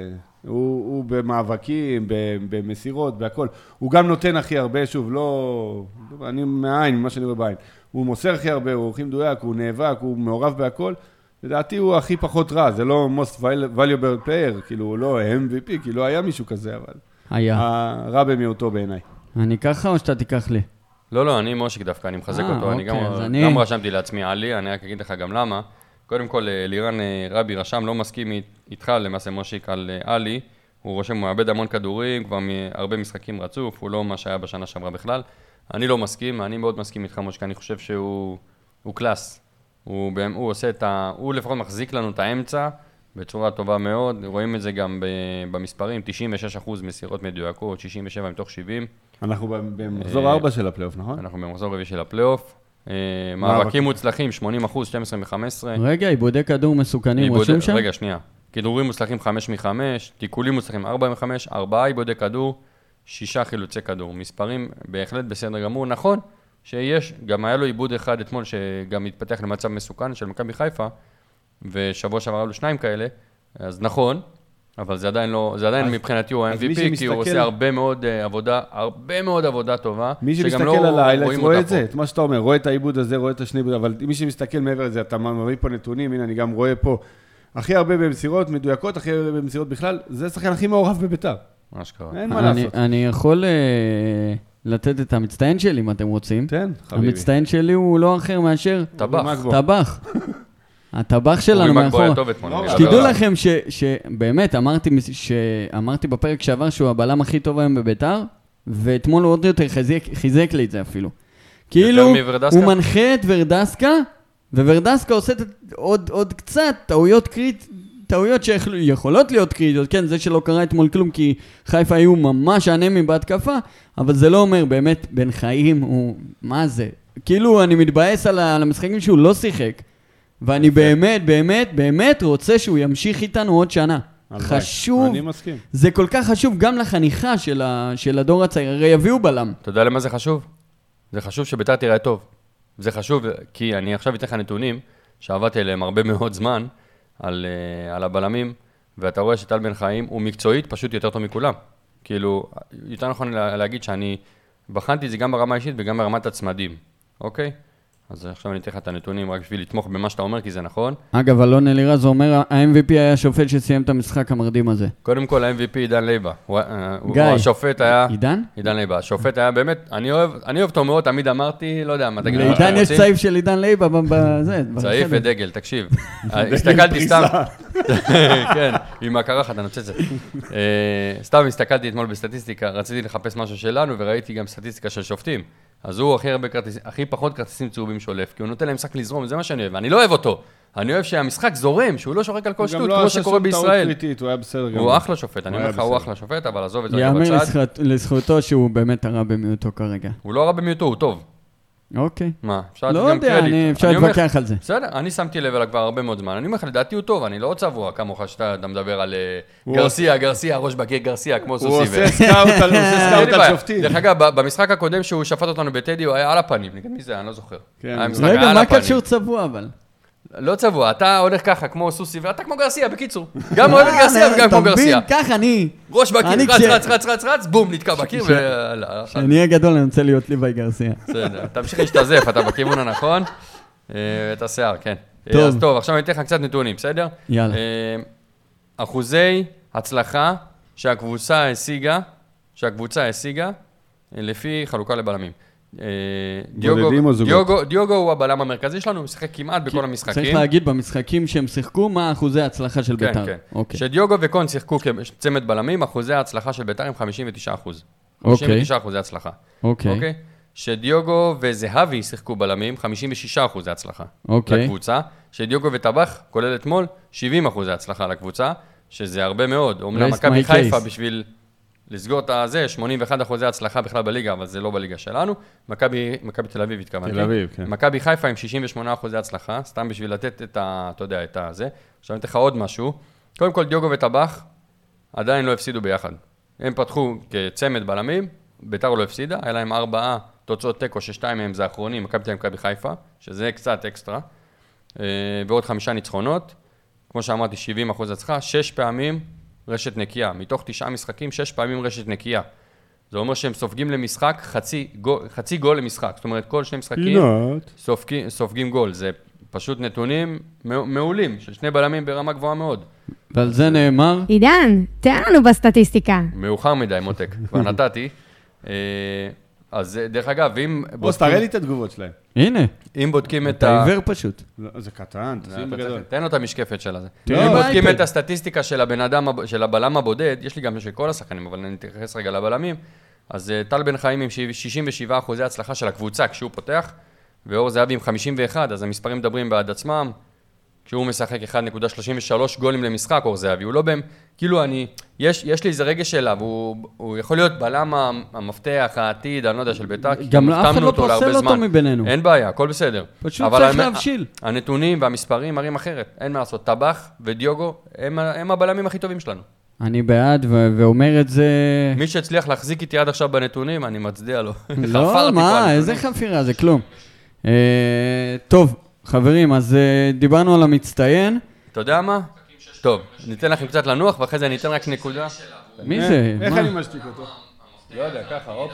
Speaker 3: הוא במאבקים, במסירות, בהכל. הוא גם נותן הכי הרבה, שוב, לא... אני מהעין, ממה שאני רואה בעין. הוא מוסר הכי הרבה, הוא הכי מדויק, הוא נאבק, הוא מעורב בהכל. לדעתי הוא הכי פחות רע, זה לא most valuable player, כאילו הוא לא אם וי פי, כי לא היה מישהו כזה, אבל...
Speaker 2: היה.
Speaker 3: הרע במיעוטו בעיניי.
Speaker 2: אני אקח או שאתה תיקח לי?
Speaker 4: לא, לא, אני מושיק דווקא, אני מחזק אותו, אני גם רשמתי לעצמי עלי, אני רק אגיד לך גם למה. קודם כל, לירן רבי רשם, לא מסכים איתך למעשה מושיק על עלי, הוא רושם, הוא מאבד המון כדורים, כבר מהרבה משחקים רצוף, הוא לא מה שהיה בשנה שעברה בכלל. אני לא מסכים, אני מאוד מסכים איתך מושיק, אני חושב שהוא קלאס. הוא, הוא עושה את ה... הוא לפחות מחזיק לנו את האמצע בצורה טובה מאוד, רואים את זה גם במספרים, תשעים ושש אחוז מסירות מדויקות, שישים ושבע מתוך שבעים.
Speaker 3: אנחנו במחזור ארבע של הפלייאוף, נכון?
Speaker 4: אנחנו במחזור רביעי של הפלייאוף. מאבקים מוצלחים, שמונים אחוז, שתים עשרה מחמש עשרה.
Speaker 2: רגע, עיבודי כדור מסוכנים, רושם שם?
Speaker 4: רגע, שנייה. כדורים מוצלחים חמש מחמש, תיקולים מוצלחים ארבע מחמש, ארבעה עיבודי כדור, שישה חילוצי כדור. מספרים בהחלט בסדר גמור, נכון שיש, גם היה לו עיבוד אחד אתמול שגם התפתח למצב מסוכן של מכבי חיפה, ושבוע שעבר היו לו שניים כאלה, אז נכון, אבל זה עדיין לא, זה עדיין מבחינתי הוא ה-אם וי פי, כי הוא עושה הרבה מאוד עבודה, הרבה מאוד עבודה טובה,
Speaker 3: מי שמסתכל על ההיילייטס רואה את זה, את מה שאתה אומר, רואה את העיבוד הזה, רואה את השני עיבוד, אבל מי שמסתכל מעבר לזה, אתה מביא פה נתונים, הנה אני גם רואה פה, הכי הרבה במסירות מדויקות, הכי הרבה במסירות בכלל, זה השחקן הכי מעורב בבית"ר.
Speaker 4: מה שקרה.
Speaker 3: אין מה לעשות.
Speaker 2: אני יכול לתת את המצטיין שלי, אם אתם רוצים.
Speaker 3: תן, חביבי.
Speaker 2: המצטיין שלי הוא לא אחר מאשר...
Speaker 4: טבח.
Speaker 2: טבח. הטבח שלנו מאחור. שתדעו לכם שבאמת אמרתי בפרק שעבר שהוא הבלם הכי טוב היום בבית"ר, ואתמול הוא עוד יותר חיזק לי את זה אפילו. כאילו הוא מנחה את ורדסקה, וורדסקה עושה עוד קצת טעויות קריטיות, טעויות שיכולות להיות קריטיות, כן, זה שלא קרה אתמול כלום, כי חיפה היו ממש אנמים בהתקפה, אבל זה לא אומר, באמת, בן חיים הוא, מה זה? כאילו אני מתבאס על המשחקים שהוא לא שיחק, ואני באמת, באמת, באמת רוצה שהוא ימשיך איתנו עוד שנה. חשוב.
Speaker 3: אני מסכים.
Speaker 2: זה כל כך חשוב גם לחניכה של, ה, של הדור הצעיר. הרי יביאו בלם.
Speaker 4: אתה יודע למה זה חשוב? זה חשוב שבית"ר תראה טוב. זה חשוב, כי אני עכשיו אתן לך נתונים, שעבדתי אליהם הרבה מאוד זמן, על, על הבלמים, ואתה רואה שטל בן חיים הוא מקצועית פשוט יותר טוב מכולם. כאילו, יותר נכון להגיד שאני בחנתי את זה גם ברמה האישית וגם ברמת הצמדים. אוקיי? אז עכשיו אני אתן לך את הנתונים רק בשביל לתמוך במה שאתה אומר, כי זה נכון.
Speaker 2: אגב, אלון אלירז אומר, ה-אם וי פי היה שופט שסיים את המשחק המרדים הזה.
Speaker 4: קודם כל, ה-אם וי פי עידן ליבה. הוא-
Speaker 2: גיא.
Speaker 4: הוא השופט היה...
Speaker 2: עידן?
Speaker 4: עידן ליבה. השופט היה באמת, אני אוהב, אני אוהב אותו מאוד, תמיד אמרתי, לא יודע, מה תגידו, מה שאתם
Speaker 2: לעידן יש
Speaker 4: רוצים.
Speaker 2: צעיף של עידן לייבה בזה.
Speaker 4: צעיף ודגל, תקשיב. הסתכלתי סתם, כן, עם הקרחת הנוצצת. אה, סתם הסתכלתי אתמול בסטטיסטיקה, רציתי לחפש משהו שלנו, וראיתי גם סטטיסטיקה של שופטים. אז הוא הכי הרבה כרטיסים, הכי פחות כרטיסים צהובים שולף, כי הוא נותן להם משחק לזרום, זה מה שאני אוהב. אני לא אוהב אותו. אני אוהב שהמשחק זורם, שהוא לא שורק על כל שטות, כמו שקורה בישראל.
Speaker 3: הוא היה בסדר גם.
Speaker 4: הוא אחלה שופט, אני
Speaker 3: הוא
Speaker 4: אומר
Speaker 3: היה
Speaker 4: לך, הוא
Speaker 3: בסדר.
Speaker 4: אחלה שופט, אבל עזוב את זה רגע
Speaker 2: יאמר
Speaker 4: בצד.
Speaker 2: לזכות- לזכותו שהוא באמת הרע במיעוטו כרגע.
Speaker 4: הוא לא רע במיעוטו, הוא טוב.
Speaker 2: אוקיי.
Speaker 4: מה, אפשר
Speaker 2: לא
Speaker 4: לתת גם
Speaker 2: יודע,
Speaker 4: קרדיט.
Speaker 2: אני- אפשר
Speaker 4: אני אומר לך-
Speaker 2: להתווכח על זה.
Speaker 4: בסדר, אני שמתי לב אליו כבר הרבה מאוד זמן. אני אומר לך, לדעתי הוא טוב, אני לא צבוע כמוך שאתה אתה מדבר על אה,
Speaker 3: הוא
Speaker 4: גרסיה, גרסיה, ראש בקיר גרסיה, כמו
Speaker 3: הוא
Speaker 4: סוסי.
Speaker 3: עושה סקאוט על- הוא עושה
Speaker 4: אין
Speaker 3: סקאוט
Speaker 4: לי
Speaker 3: על
Speaker 4: בעיה.
Speaker 3: שופטים.
Speaker 4: דרך אגב, ב- במשחק הקודם שהוא שפט אותנו בטדי, הוא היה על הפנים. נגד מי זה? אני לא זוכר.
Speaker 3: כן,
Speaker 4: היה משחק,
Speaker 2: רגע,
Speaker 4: היה על
Speaker 2: מה
Speaker 4: הפנים.
Speaker 2: קשור צבוע אבל?
Speaker 4: לא צבוע, אתה הולך ככה כמו סוסי, ואתה כמו גרסיה, בקיצור. גם אוהב את גרסיה וגם כמו גרסיה.
Speaker 2: אתה מבין? ככה אני...
Speaker 4: ראש
Speaker 2: אני
Speaker 4: בקיר, רץ,
Speaker 2: כש-
Speaker 4: רץ, רץ, רץ, רץ, בום, נתקע בקיר, ו...
Speaker 2: כשאני אהיה גדול, אני רוצה להיות ליוואי גרסיה.
Speaker 4: בסדר, תמשיך להשתזף, אתה בכיוון הנכון. אה, את השיער, כן. אה,
Speaker 2: טוב.
Speaker 4: אז טוב, עכשיו אני אתן לך קצת נתונים, בסדר?
Speaker 2: יאללה.
Speaker 4: אה, אחוזי הצלחה שהקבוצה השיגה, שהקבוצה השיגה, אה, לפי חלוקה לבלמים. אה, דיוגו-
Speaker 3: בודדים או זוגות?
Speaker 4: דיוגו- דיוגו הוא הבלם המרכזי שלנו, הוא משחק כמעט בכל המשחקים.
Speaker 2: צריך להגיד במשחקים שהם שיחקו, מה אחוזי ההצלחה של
Speaker 4: כן,
Speaker 2: בית"ר.
Speaker 4: כן.
Speaker 2: אוקיי.
Speaker 4: כשדיוגו וקון שיחקו כצמד בלמים, אחוזי ההצלחה של בית"ר הם חמישים ותשעה אחוז.
Speaker 2: אוקיי.
Speaker 4: חמישים ותשעה אחוזי הצלחה.
Speaker 2: אוקיי.
Speaker 4: אוקיי? שדיוגו וזהבי שיחקו בלמים, חמישים ושישה אחוזי הצלחה
Speaker 2: אוקיי.
Speaker 4: לקבוצה. שדיוגו וטבח, כולל אתמול, שבעים אחוזי הצלחה לקבוצה, שזה הרבה מאוד. אומנם
Speaker 2: Rest
Speaker 4: מכבי
Speaker 2: my
Speaker 4: חיפה
Speaker 2: case.
Speaker 4: בשביל לסגור את הזה, שמונים ואחד אחוזי הצלחה בכלל בליגה, אבל זה לא בליגה שלנו. מכבי מכבי תל אביב התכוונתי.
Speaker 3: תל אביב, כן.
Speaker 4: מכבי חיפה עם שישים ושמונה אחוזי הצלחה, סתם בשביל לתת את ה... אתה יודע, את הזה. עכשיו אני אתן לך עוד משהו. קודם כל, דיוגו וטבח עדיין לא הפסידו ביחד. הם פתחו כצמד בלמים, בית"ר לא הפסידה, היה להם ארבעה תוצאות תיקו, ששתיים מהם זה האחרונים, מכבי תל אביב ומכבי חיפה, שזה קצת אקסטרה, אה, ועוד חמישה ניצחונות, כמו שאמרתי, שבעים אחוז הצלחה, שש פעמים רשת נקייה, מתוך תשעה משחקים, שש פעמים רשת נקייה. זה אומר שהם סופגים למשחק חצי גול, חצי גול למשחק, זאת אומרת, כל שני משחקים
Speaker 3: פינות.
Speaker 4: סופגים, סופגים גול, זה פשוט נתונים מעולים, של שני בלמים ברמה גבוהה מאוד.
Speaker 2: ועל זה נאמר,
Speaker 1: עידן, תן לנו בסטטיסטיקה.
Speaker 4: מאוחר מדי, מותק, כבר נתתי. אה, אז דרך אגב, אם
Speaker 3: בוס, תראה לי את התגובות שלהם.
Speaker 2: הנה,
Speaker 4: אם בודקים את
Speaker 2: אתה
Speaker 4: ה...
Speaker 2: עיוור פשוט.
Speaker 3: לא, זה קטן, תשים
Speaker 4: אתה
Speaker 3: בגדול.
Speaker 4: צריך- תן לו את המשקפת של הזה.
Speaker 2: תראה
Speaker 4: אם בודקים
Speaker 2: באייפד.
Speaker 4: את הסטטיסטיקה של הבן אדם, הב- של הבלם הבודד, יש לי גם של כל השחקנים, אבל אני אתייחס רגע לבלמים, אז אה, טל בן חיים עם שישים ושבעה אחוזי הצלחה של הקבוצה כשהוא פותח, ואור זהבי עם חמישים ואחד, אז המספרים מדברים בעד עצמם, כשהוא משחק אחד נקודה שלושים ושלוש גולים למשחק, אור זהבי, הוא לא בהם, כאילו אני, יש, יש לי איזה רגש אליו, הוא, הוא יכול להיות בלם המפתח, העתיד, אני לא יודע, של בית"ר, כי
Speaker 2: גם אף אחד
Speaker 4: החתמנו
Speaker 2: לא
Speaker 4: אותו להרבה
Speaker 2: פוסל אותו
Speaker 4: זמן.
Speaker 2: מביננו.
Speaker 4: אין בעיה, הכל בסדר.
Speaker 2: פשוט
Speaker 4: אבל
Speaker 2: צריך
Speaker 4: המ-
Speaker 2: להבשיל.
Speaker 4: הנתונים והמספרים מראים אחרת, אין מה לעשות, טבח ודיוגו הם, ה- הם הבלמים הכי טובים שלנו.
Speaker 2: אני בעד ו- ואומר את זה...
Speaker 4: מי שהצליח להחזיק איתי עד עכשיו בנתונים, אני מצדיע לו. חפרתי
Speaker 2: לא,
Speaker 4: פה
Speaker 2: מה,
Speaker 4: על
Speaker 2: איזה
Speaker 4: נתונים.
Speaker 2: חפירה, זה כלום. אה, טוב, חברים, אז אה, דיברנו על המצטיין.
Speaker 4: אתה יודע מה? טוב, ניתן לכם קצת לנוח, ואחרי זה אני אתן רק נקודה.
Speaker 2: מי זה?
Speaker 3: איך
Speaker 2: מה?
Speaker 3: אני משתיק אותו?
Speaker 4: לא יודע, ככה, הופ.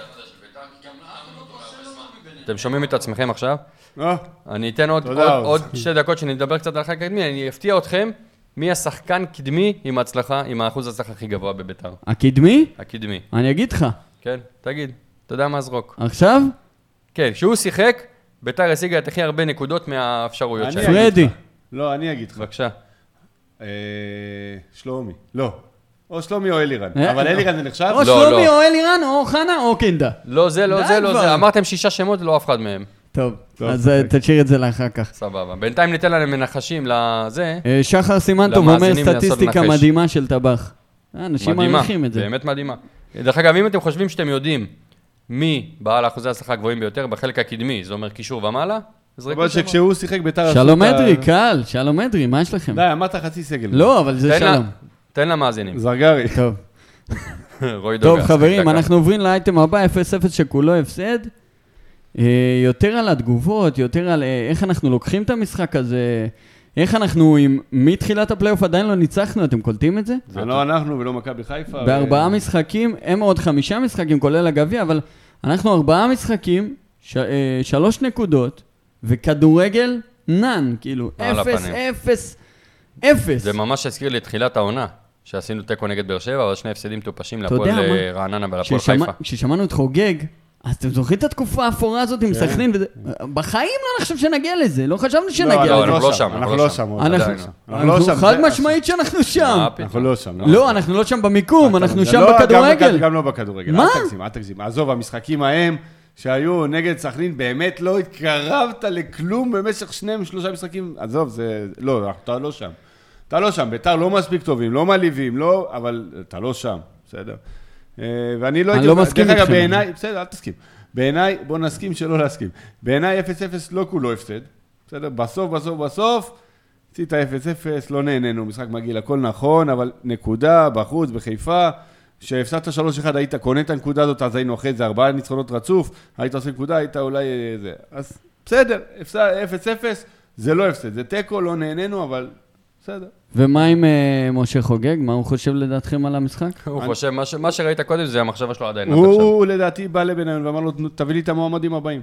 Speaker 4: אתם שומעים את עצמכם עכשיו?
Speaker 3: אה,
Speaker 4: אני אתן עוד,
Speaker 3: תודה,
Speaker 4: עוד,
Speaker 3: עוז.
Speaker 4: עוד שתי דקות שנדבר קצת על החלק הקדמי, אני אפתיע אתכם מי השחקן קדמי עם ההצלחה, עם האחוז ההצלחה הכי גבוה בבית"ר.
Speaker 2: הקדמי?
Speaker 4: הקדמי.
Speaker 2: אני אגיד לך.
Speaker 4: כן, תגיד, אתה יודע מה זרוק.
Speaker 2: עכשיו?
Speaker 4: כן, כשהוא שיחק, בית"ר השיגה את הכי הרבה נקודות מהאפשרויות
Speaker 3: אני
Speaker 4: שלהם.
Speaker 3: אגיד
Speaker 2: פרדי.
Speaker 3: לך. לא, אני אגיד לך.
Speaker 4: בבקשה.
Speaker 3: אה, שלומי. לא. או שלומי או אלירן.
Speaker 2: אה,
Speaker 3: אבל
Speaker 2: לא.
Speaker 3: אלירן זה נחשב?
Speaker 2: או
Speaker 4: לא,
Speaker 2: שלומי
Speaker 4: לא.
Speaker 2: או אלירן או חנה או קינדה.
Speaker 4: לא זה, לא
Speaker 2: די
Speaker 4: זה, לא
Speaker 2: כבר.
Speaker 4: זה. אמרתם שישה שמות, לא אף אחד מהם.
Speaker 2: טוב,
Speaker 3: טוב,
Speaker 2: אז אה,
Speaker 3: אוקיי.
Speaker 2: תשאיר את זה לאחר כך.
Speaker 4: סבבה. בינתיים ניתן להם מנחשים לזה.
Speaker 2: אה, שחר סימנטוב אומר
Speaker 4: למאזינים לנסות
Speaker 2: סטטיסטיקה
Speaker 4: לנחש.
Speaker 2: מדהימה של טבח. אה, אנשים
Speaker 4: מדהימה,
Speaker 2: מעריכים את זה.
Speaker 4: באמת מדהימה. דרך אגב, אם אתם חושבים שאתם יודעים מי בעל אחוזי ההצלחה הגבוהים ביותר בחלק הקדמי, זה אומר קישור ומעלה, זרקו
Speaker 3: אבל
Speaker 4: שמות.
Speaker 3: שכשהוא שיחק בית"ר...
Speaker 2: שלום
Speaker 3: עשו את ה-
Speaker 2: אדרי, קל, שלום אדרי, מה יש לכם?
Speaker 3: די, אמרת חצי סגל.
Speaker 2: לא, אבל זה
Speaker 4: תן לה-
Speaker 2: שלום.
Speaker 4: תן למאזינים.
Speaker 3: זרגרי.
Speaker 2: טוב.
Speaker 4: רועי דוגה.
Speaker 2: טוב, חברים,
Speaker 4: דקה.
Speaker 2: אנחנו עוברים לאייטם הבא, אפס אפס שכולו הפסד. אה, יותר על התגובות, יותר על אה, איך אנחנו לוקחים את המשחק הזה, איך אנחנו, עם- מתחילת הפלייאוף עדיין לא ניצחנו, אתם קולטים את זה?
Speaker 3: זה לא אנחנו ולא מכבי חיפה.
Speaker 2: בארבעה
Speaker 3: ו-
Speaker 2: משחקים, הם עוד חמישה משחקים, כולל הגביע, אבל אנחנו ארבעה משחקים, ש- אה, שלוש נקודות, וכדורגל, נן, כאילו,
Speaker 4: על
Speaker 2: אפס,
Speaker 4: הפנים.
Speaker 2: אפס, אפס.
Speaker 4: זה ממש הזכיר לי את תחילת העונה, שעשינו תיקו נגד באר שבע, אבל שני הפסדים טופשים
Speaker 2: אתה
Speaker 4: להפועל
Speaker 2: יודע מה?
Speaker 4: אה, רעננה ולהפועל
Speaker 2: כששמע-
Speaker 4: חיפה.
Speaker 2: כששמענו את חוגג, אז אתם זוכרים את התקופה האפורה הזאת עם סכנין? וזה- בחיים לא נחשב שנגיע לזה, לא חשבנו שנגיע
Speaker 3: לא,
Speaker 2: לזה.
Speaker 4: אנחנו לא שם,
Speaker 3: אנחנו לא שם. עוד.
Speaker 2: אנחנו-
Speaker 4: עדיין לא.
Speaker 3: אנחנו לא
Speaker 2: אנחנו
Speaker 3: שם,
Speaker 2: חד
Speaker 3: זה-
Speaker 2: משמעית שאנחנו שם.
Speaker 4: מה פתאום?
Speaker 3: אנחנו לא שם.
Speaker 2: לא, אנחנו לא שם במיקום, אנחנו
Speaker 3: זה
Speaker 2: שם
Speaker 3: לא- גם
Speaker 2: בכדורגל.
Speaker 3: בכ- גם לא בכדורגל.
Speaker 2: מה?
Speaker 3: אל תגזים, אל תגזים. עזוב, המשחקים ההם שהיו נגד סכנין, באמת לא התקרבת לכלום במשך שני, שלושה משחקים. עזוב, זה... לא, אתה לא שם. אתה לא שם. בית"ר לא מספיק טובים, לא מעליבים, לא... אבל אתה לא שם, בסדר. אה, ואני לא
Speaker 2: אני
Speaker 3: הייתי...
Speaker 2: לא מסכים
Speaker 3: דרך אגב,
Speaker 2: איתכם.
Speaker 3: בעיניי... בסדר, אל תסכים. בעיניי, בוא נסכים שלא להסכים. בעיניי אפס אפס לא כולו הפסד. בסדר? בסוף, בסוף, בסוף, עשית אפס אפס, לא נהנינו, משחק מגיל, הכל נכון, אבל נקודה בחוץ, בחיפה, שהפסדת שלוש אחד, היית קונה את הנקודה הזאת, אז היינו אחרי זה ארבעה ניצחונות רצוף, היית עושה נקודה, היית אולי זה. אז בסדר, אפס אפס, זה לא הפסד, זה תיקו, לא נהנינו, אבל בסדר.
Speaker 2: ומה עם אה, משה חוגג? מה הוא חושב לדעתכם על המשחק?
Speaker 4: הוא חושב, מה ש- מה שראית קודם זה המחשבה שלו עדיין. עד עכשיו.
Speaker 3: הוא לדעתי בא לבניון ואמר לו, תביא לי את המועמדים הבאים.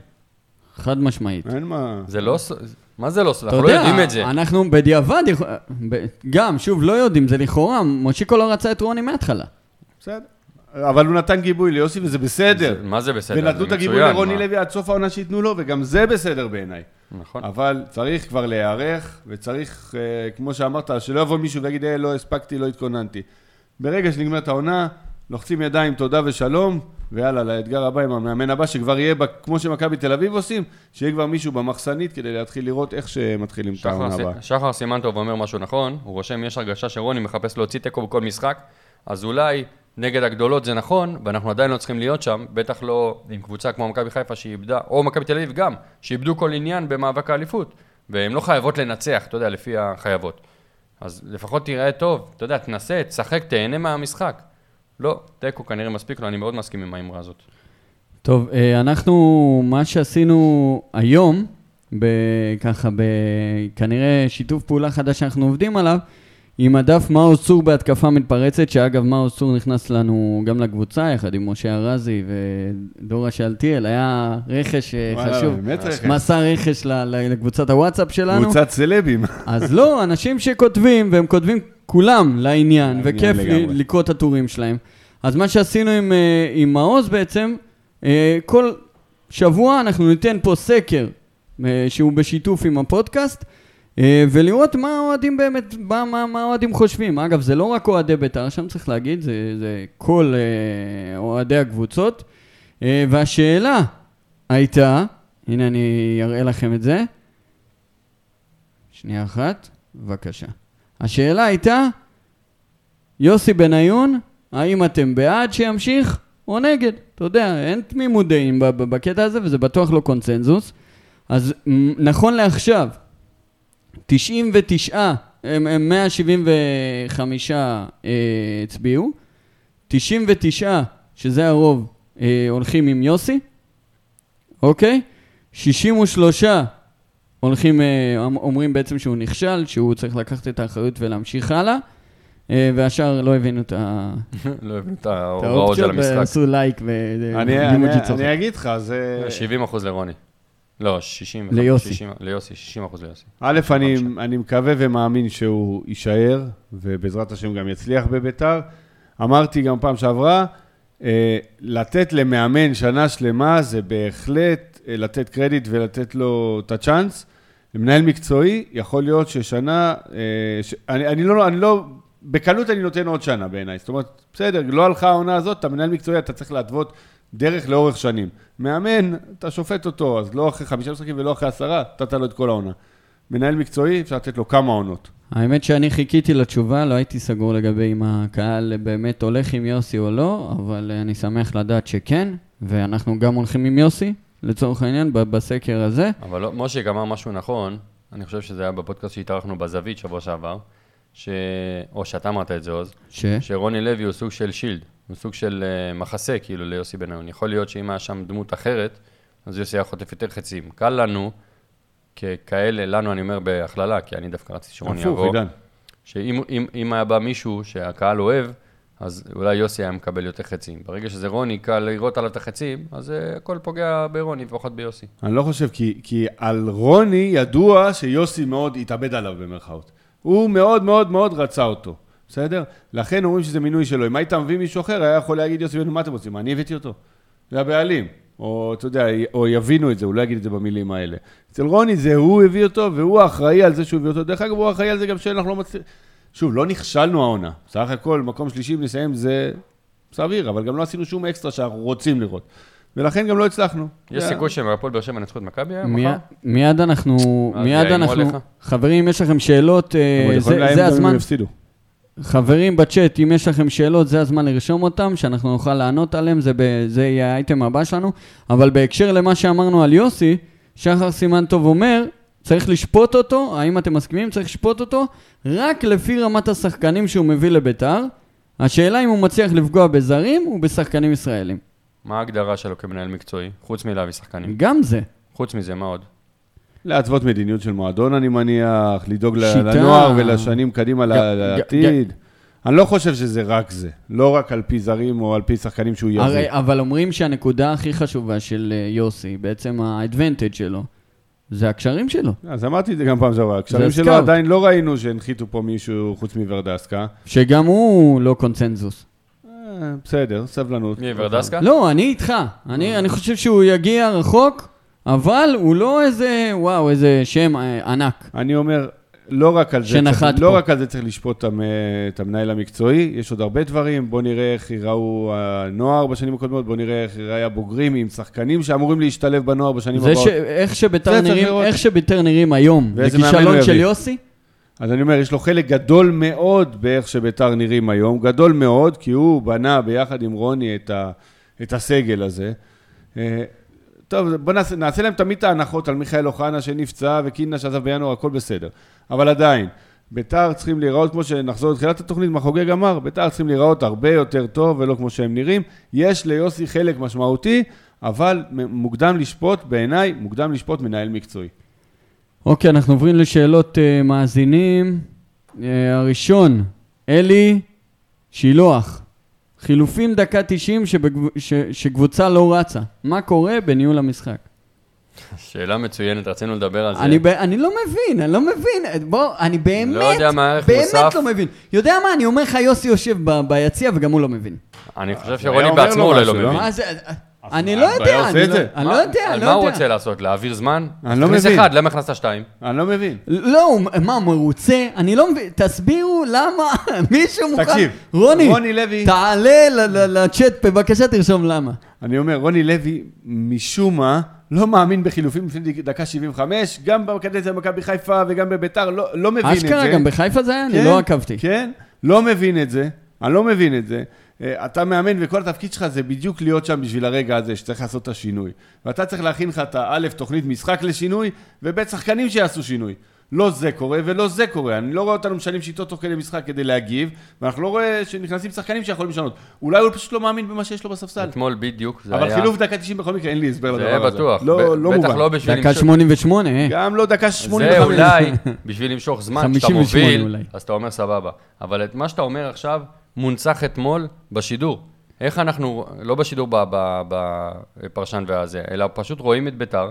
Speaker 2: חד משמעית.
Speaker 3: אין מה...
Speaker 4: זה לא... ס- מה זה לא? ס-
Speaker 2: אתה
Speaker 4: אנחנו לא
Speaker 2: יודע,
Speaker 4: יודעים את זה.
Speaker 2: אנחנו בדיעבד, יכול- ב- גם, שוב, לא יודעים, זה לכאורה, מושיקו לא רצה את רוני מההתחלה.
Speaker 3: בסדר. אבל הוא נתן גיבוי ליוסי וזה בסדר.
Speaker 4: זה- מה זה בסדר?
Speaker 3: ונתנו
Speaker 4: זה
Speaker 3: את הגיבוי
Speaker 4: מצוין,
Speaker 3: לרוני
Speaker 4: מה?
Speaker 3: לוי עד סוף העונה שייתנו לו, וגם זה בסדר בעיניי.
Speaker 4: נכון.
Speaker 3: אבל צריך כבר להיערך, וצריך, אה, כמו שאמרת, שלא יבוא מישהו ויגיד, אה, לא הספקתי, לא התכוננתי. ברגע שנגמרת העונה, לוחצים ידיים, תודה ושלום, ויאללה, לאתגר הבא עם המאמן הבא, שכבר יהיה, כמו שמכבי תל אביב עושים, שיהיה כבר מישהו במחסנית, כדי להתחיל לראות איך שמתחילים את העונה
Speaker 4: שחר,
Speaker 3: הבאה.
Speaker 4: ס- שחר סימנטוב אומר משהו נכון, הוא רושם, יש הרגשה שרוני מחפש להוציא תיקו בכל משחק, אז אולי נגד הגדולות זה נכון, ואנחנו עדיין לא צריכים להיות שם, בטח לא עם קבוצה כמו מכבי חיפה שאיבדה, או מכבי תל אביב גם, שאיבדו כל עניין במאבק האליפות, והן לא חייבות לנצח, אתה יודע, לפי החייבות. אז לפחות תראה טוב, אתה יודע, תנסה, תשחק, תהנה מהמשחק. לא, תיקו כנראה מספיק לו, אני מאוד מסכים עם האמרה הזאת.
Speaker 2: טוב, אה, אנחנו, מה שעשינו היום, ככה, כנראה שיתוף פעולה חדש שאנחנו עובדים עליו, עם הדף מעוז צור בהתקפה מתפרצת, שאגב מעוז צור נכנס לנו גם לקבוצה, יחד עם משה ארזי ודורה שאלתיאל, היה רכש אה,
Speaker 3: וואלה,
Speaker 2: חשוב,
Speaker 3: באמת רכש.
Speaker 2: מסע רכש ל- ל- לקבוצת הוואטסאפ שלנו.
Speaker 3: קבוצת סלבים.
Speaker 2: אז לא, אנשים שכותבים, והם כותבים כולם לעניין, וכיף
Speaker 3: לגמרי.
Speaker 2: לקרוא את הטורים שלהם. אז מה שעשינו עם, אה, עם מעוז בעצם, אה, כל שבוע אנחנו ניתן פה סקר, אה, שהוא בשיתוף עם הפודקאסט, אה, ולראות מה האוהדים באמת, מה, מה, מה האוהדים חושבים. אגב, זה לא רק אוהדי בית"ר, שם צריך להגיד, זה, זה כל אה, אוהדי הקבוצות. אה, והשאלה הייתה, הנה אני אראה לכם את זה, שנייה אחת, בבקשה. השאלה הייתה, יוסי בניון, האם אתם בעד שימשיך או נגד? אתה יודע, אין תמימות דעים ב- ב- בקטע הזה, וזה בטוח לא קונצנזוס. אז מ- נכון לעכשיו, תשעים ותשע, הם- הם מאה שבעים וחמישה אה, הצביעו, תשעים ותשע, שזה הרוב, אה, הולכים עם יוסי, אוקיי? שישים ושלוש הולכים, אה, אומרים בעצם שהוא נכשל, שהוא צריך לקחת את האחריות ולהמשיך הלאה, אה, והשאר לא הבינו את ה-
Speaker 4: לא הבינו את
Speaker 2: את
Speaker 4: ההוראות של
Speaker 2: האופציות,
Speaker 4: המשחק.
Speaker 2: ועשו לייק
Speaker 3: אני-
Speaker 2: ודימות
Speaker 3: אני-
Speaker 2: שצוחק.
Speaker 3: אני אגיד לך, זה...
Speaker 4: שבעים אחוז לרוני. לא, שישים.
Speaker 2: ליוסי.
Speaker 4: שישים, ליוסי, שישים אחוז ליוסי.
Speaker 3: א', אני, אני מקווה ומאמין שהוא יישאר, ובעזרת השם גם יצליח בביתר. אמרתי גם פעם שעברה, אה, לתת למאמן שנה שלמה זה בהחלט אה, לתת קרדיט ולתת לו את הצ'אנס. למנהל מקצועי, יכול להיות ששנה, אה, ש... אני, אני, לא, אני לא, בקלות אני נותן עוד שנה בעיניי. זאת אומרת, בסדר, לא הלכה העונה הזאת, אתה מנהל מקצועי, אתה צריך להתוות דרך לאורך שנים. מאמן, אתה שופט אותו, אז לא אחרי חמישה משחקים ולא אחרי עשרה, נתת לו את כל העונה. מנהל מקצועי, אפשר לתת לו כמה עונות.
Speaker 2: האמת שאני חיכיתי לתשובה, לא הייתי סגור לגבי אם הקהל באמת הולך עם יוסי או לא, אבל אני שמח לדעת שכן, ואנחנו גם הולכים עם יוסי, לצורך העניין, ב- בסקר הזה.
Speaker 4: אבל לא, מושיק אמר משהו נכון, אני חושב שזה היה בפודקאסט שהתארחנו בזווית שבוע שעבר, ש... או שאתה אמרת את זה עוז,
Speaker 2: ש?
Speaker 4: שרוני לוי הוא סוג של שילד, הוא סוג של uh, מחסה כאילו ליוסי בניון. יכול להיות שאם היה שם דמות אחרת, אז יוסי היה חוטף יותר חצים. קל לנו, ככאלה, לנו אני אומר בהכללה, כי אני דווקא רציתי שרוני
Speaker 3: הפוך,
Speaker 4: יבוא,
Speaker 3: עידן.
Speaker 4: שאם אם, אם היה בא מישהו שהקהל אוהב, אז אולי יוסי היה מקבל יותר חצים. ברגע שזה רוני, קל לראות עליו את החצים, אז הכל פוגע ברוני ופחות ביוסי.
Speaker 3: אני לא חושב, כי, כי על רוני ידוע שיוסי מאוד התאבד עליו במרכאות. הוא מאוד מאוד מאוד רצה אותו, בסדר? לכן אומרים שזה מינוי שלו. אם היית מביא מישהו אחר, היה יכול להגיד יוסי, מה אתם רוצים? אני הבאתי אותו. זה הבעלים. או, אתה יודע, או יבינו את זה, הוא לא יגיד את זה במילים האלה. אצל רוני זה הוא הביא אותו, והוא האחראי על זה שהוא הביא אותו. דרך אגב, הוא האחראי על זה גם שאנחנו לא מצליחים. שוב, לא נכשלנו העונה. סך הכל, מקום שלישי ונסיים זה סביר, אבל גם לא עשינו שום אקסטרה שאנחנו רוצים לראות. ולכן גם לא הצלחנו.
Speaker 4: יש סיכוי שמהפועל באר שבע נצחו את מכבי היום
Speaker 2: מי-
Speaker 4: מחר?
Speaker 2: מיד אנחנו, מיד
Speaker 4: יאיימו
Speaker 2: אנחנו,
Speaker 4: עליך?
Speaker 2: חברים, יש לכם שאלות, אה,
Speaker 3: אבל יכולים
Speaker 2: זה
Speaker 3: להם
Speaker 2: זה
Speaker 3: גם אם
Speaker 2: הזמן,
Speaker 3: הם יפסידו.
Speaker 2: חברים בצ'אט, אם יש לכם שאלות, זה הזמן לרשום אותם, שאנחנו נוכל לענות עליהם, זה, ב, זה יהיה האייטם הבא שלנו. אבל בהקשר למה שאמרנו על יוסי, שחר סימן טוב אומר, צריך לשפוט אותו, האם אתם מסכימים? צריך לשפוט אותו רק לפי רמת השחקנים שהוא מביא לביתר. השאלה אם הוא מצליח לפגוע בזרים ובשחקנים ישראלים.
Speaker 4: מה ההגדרה שלו כמנהל מקצועי? חוץ מלהביא שחקנים.
Speaker 2: גם זה.
Speaker 4: חוץ מזה, מה עוד?
Speaker 3: להתוות מדיניות של מועדון, אני מניח, לדאוג
Speaker 2: שיטה.
Speaker 3: לנוער ולשנים קדימה
Speaker 2: ג-
Speaker 3: לעתיד. אני לא חושב שזה רק זה. לא רק על פי זרים או על פי שחקנים שהוא יביא.
Speaker 2: הרי, אבל אומרים שהנקודה הכי חשובה של אה, יוסי, בעצם האדוונטג' שלו, זה הקשרים שלו.
Speaker 3: אז אמרתי את זה גם פעם שעברה. הקשרים שלו
Speaker 2: סקאוט.
Speaker 3: עדיין לא ראינו שהנחיתו פה מישהו חוץ מוורדסקה.
Speaker 2: שגם הוא לא קונצנזוס.
Speaker 3: אה, בסדר, סבלנות.
Speaker 4: מי, ורדסקה?
Speaker 2: לא, אני איתך. אני, אני חושב שהוא יגיע רחוק, אבל הוא לא איזה, וואו, איזה שם אה, ענק.
Speaker 3: אני אומר, לא רק על זה,
Speaker 2: שנחת
Speaker 3: צריך,
Speaker 2: פה.
Speaker 3: לא רק על זה צריך לשפוט את המ- את המנהל המקצועי, יש עוד הרבה דברים, בוא נראה איך ייראו הנוער בשנים הקודמות, בוא נראה איך ייראה הבוגרים עם שחקנים שאמורים להשתלב בנוער בשנים
Speaker 2: זה
Speaker 3: הבאות.
Speaker 2: ש... איך שביתר
Speaker 3: זה צריך
Speaker 2: נראים,
Speaker 3: לראות.
Speaker 2: איך שביתר נראים היום, זה
Speaker 3: ואיזה מאמן
Speaker 2: כישלון
Speaker 3: הוא
Speaker 2: של
Speaker 3: יביא.
Speaker 2: יוסי?
Speaker 3: אז אני אומר, יש לו חלק גדול מאוד באיך שביתר נראים היום, גדול מאוד, כי הוא בנה ביחד עם רוני את, ה, את הסגל הזה. אה, טוב, בוא נעשה, נעשה להם תמיד את ההנחות על מיכאל אוחנה שנפצע וקינה שעזב בינואר, הכל בסדר. אבל עדיין, ביתר צריכים להיראות כמו שנחזור לתחילת התוכנית, מה חוגג אמר, ביתר צריכים להיראות הרבה יותר טוב ולא כמו שהם נראים. יש ליוסי חלק משמעותי, אבל מוקדם לשפוט, בעיניי, מוקדם לשפוט מנהל מקצועי.
Speaker 2: אוקיי, אנחנו עוברים לשאלות uh, מאזינים. Uh, הראשון, אלי שילוח. חילופים דקה תשעים שבגב... ש... שקבוצה לא רצה. מה קורה בניהול המשחק?
Speaker 4: שאלה מצוינת, רצינו לדבר על זה.
Speaker 2: אני, ב... אני לא מבין, אני לא מבין. בוא, אני באמת,
Speaker 4: לא יודע מה הערך
Speaker 2: באמת
Speaker 4: מוסף.
Speaker 2: לא מבין. יודע מה, אני אומר לך, יוסי יושב ב... ביציע וגם הוא לא מבין.
Speaker 4: אני חושב
Speaker 3: היה
Speaker 4: שרוני
Speaker 3: אומר
Speaker 4: בעצמו
Speaker 3: לו
Speaker 4: אולי לא
Speaker 3: משהו, לא?
Speaker 4: מבין.
Speaker 2: מה זה... אני לא
Speaker 3: הוא
Speaker 2: יודע,
Speaker 3: היה עושה
Speaker 2: אני
Speaker 3: את
Speaker 2: לא-
Speaker 3: זה.
Speaker 2: אני לא
Speaker 4: מה-
Speaker 2: יודע,
Speaker 4: על
Speaker 2: אני
Speaker 4: מה
Speaker 2: לא
Speaker 4: הוא
Speaker 2: יודע.
Speaker 4: רוצה לעשות? להעביר זמן?
Speaker 3: אני לא
Speaker 4: תכניס
Speaker 3: מבין.
Speaker 4: אחד, למה הכנסת שתיים?
Speaker 3: אני לא מבין.
Speaker 2: לא, הוא- מה, הוא מרוצה? אני לא מבין, תסבירו למה מישהו מוכן...
Speaker 3: תקשיב,
Speaker 2: רוני,
Speaker 3: רוני לוי-
Speaker 2: תעלה ל- ל- לצ'אט, בבקשה תרשום למה.
Speaker 3: אני אומר, רוני לוי, משום מה, לא מאמין בחילופים לפני דקה שבעים וחמש, גם בקדנציה במכבי חיפה וגם בביתר, לא, לא מבין את זה.
Speaker 2: אשכרה, גם בחיפה זה היה?
Speaker 3: כן,
Speaker 2: אני לא עקבתי.
Speaker 3: כן, לא מבין את זה, אני לא מבין את זה. אה, אתה מאמן וכל התפקיד שלך זה בדיוק להיות שם בשביל הרגע הזה, שצריך לעשות את השינוי. ואתה צריך להכין לך את האלף תוכנית משחק לשינוי, ובית שחקנים שיעשו שינוי. לא זה קורה ולא זה קורה. אני לא רואה אותנו משנים שיטות תוך כדי משחק כדי להגיב, ואנחנו לא רואה שנכנסים שחקנים שיכולים לשנות. אולי הוא פשוט לא מאמין במה שיש לו בספסל.
Speaker 4: אתמול בדיוק, זה היה...
Speaker 3: אבל חילוף דקה תשעים בכל מקרה, אין לי הסבר
Speaker 4: זה
Speaker 3: לדבר
Speaker 4: היה
Speaker 3: הזה.
Speaker 4: בטוח.
Speaker 3: לא,
Speaker 4: ב-
Speaker 3: לא
Speaker 4: בטח
Speaker 3: מובן.
Speaker 4: לא בשביל
Speaker 2: דקה
Speaker 4: למשוך-
Speaker 2: שמונים ושמונה, אה.
Speaker 3: גם לא דקה שמונים
Speaker 4: זה
Speaker 3: וחמש.
Speaker 4: אולי בשביל למשוך זמן, כשאתה
Speaker 2: חמישים ושמונה
Speaker 4: מוביל,
Speaker 2: אולי.
Speaker 4: אז אתה אומר סבבה. אבל את מה שאתה אומר עכשיו, מונצח אתמול בשידור. איך אנחנו, לא בשידור ב- ב- בפרשן והזה, אלא פשוט רואים את ביתר,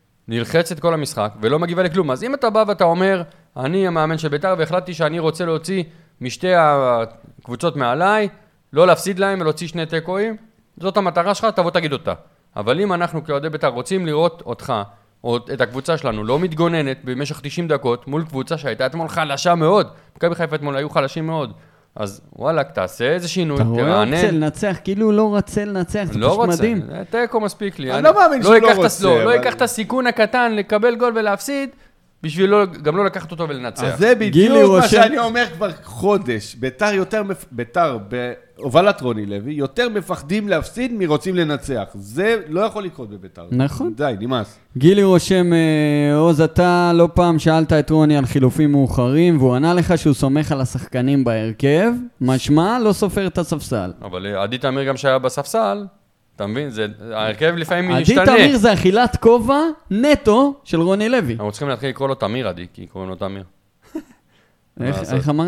Speaker 4: נלחץ את כל המשחק, ולא מגיבה לכלום. אז אם אתה בא ואתה אומר, אני המאמן של ביתר, והחלטתי שאני רוצה להוציא משתי הקבוצות מעליי, לא להפסיד להם ולהוציא שני טקואים, זאת המטרה שלך, תבוא תגיד אותה. אבל אם אנחנו כאוהדי ביתר רוצים לראות אותך, או את הקבוצה שלנו, לא מתגוננת במשך תשעים דקות, מול קבוצה שהייתה אתמול חלשה מאוד, מכבי חיפה אתמול היו חלשים מאוד, אז וואלה, תעשה איזה שינוי,
Speaker 2: אתה רואה
Speaker 4: תרענן.
Speaker 2: רוצה לנצח, כאילו הוא לא רצה לנצח, זה
Speaker 4: לא
Speaker 2: פשוט
Speaker 4: רוצה,
Speaker 2: מדהים.
Speaker 4: תיקו מספיק לי.
Speaker 3: אני לא מאמין שהוא לא
Speaker 4: אקח את
Speaker 3: רוצה,
Speaker 4: הס- לא, לא
Speaker 3: אבל-
Speaker 4: אקח את הסיכון הקטן לקבל גול ולהפסיד, בשביל לא- גם לא לקחת אותו ולנצח.
Speaker 3: אז זה
Speaker 2: גילי
Speaker 3: בדיוק מה
Speaker 2: רושם-
Speaker 3: שאני אומר כבר חודש. ביתר יותר, מפ- ביתר בהובלת רוני לוי, יותר מפחדים להפסיד מרוצים לנצח. זה לא יכול לקרות בביתר.
Speaker 2: נכון.
Speaker 3: די, נמאס.
Speaker 2: גילי רושם, אה, עוז, אתה לא פעם שאלת את רוני על חילופים מאוחרים, והוא ענה לך שהוא סומך על השחקנים בהרכב, משמע לא סופר את הספסל.
Speaker 4: אבל אה, עדי תמיר גם שהיה בספסל, אתה מבין? זה, ההרכב לפעמים
Speaker 2: עדי
Speaker 4: משתנה.
Speaker 2: תמיר זה אכילת כובע נטו של רוני לוי.
Speaker 4: אנחנו צריכים להתחיל לקרוא לו תמיר עדי, כי קוראים לו תמיר.
Speaker 2: איך
Speaker 4: לעשות?
Speaker 2: איך אמרנו?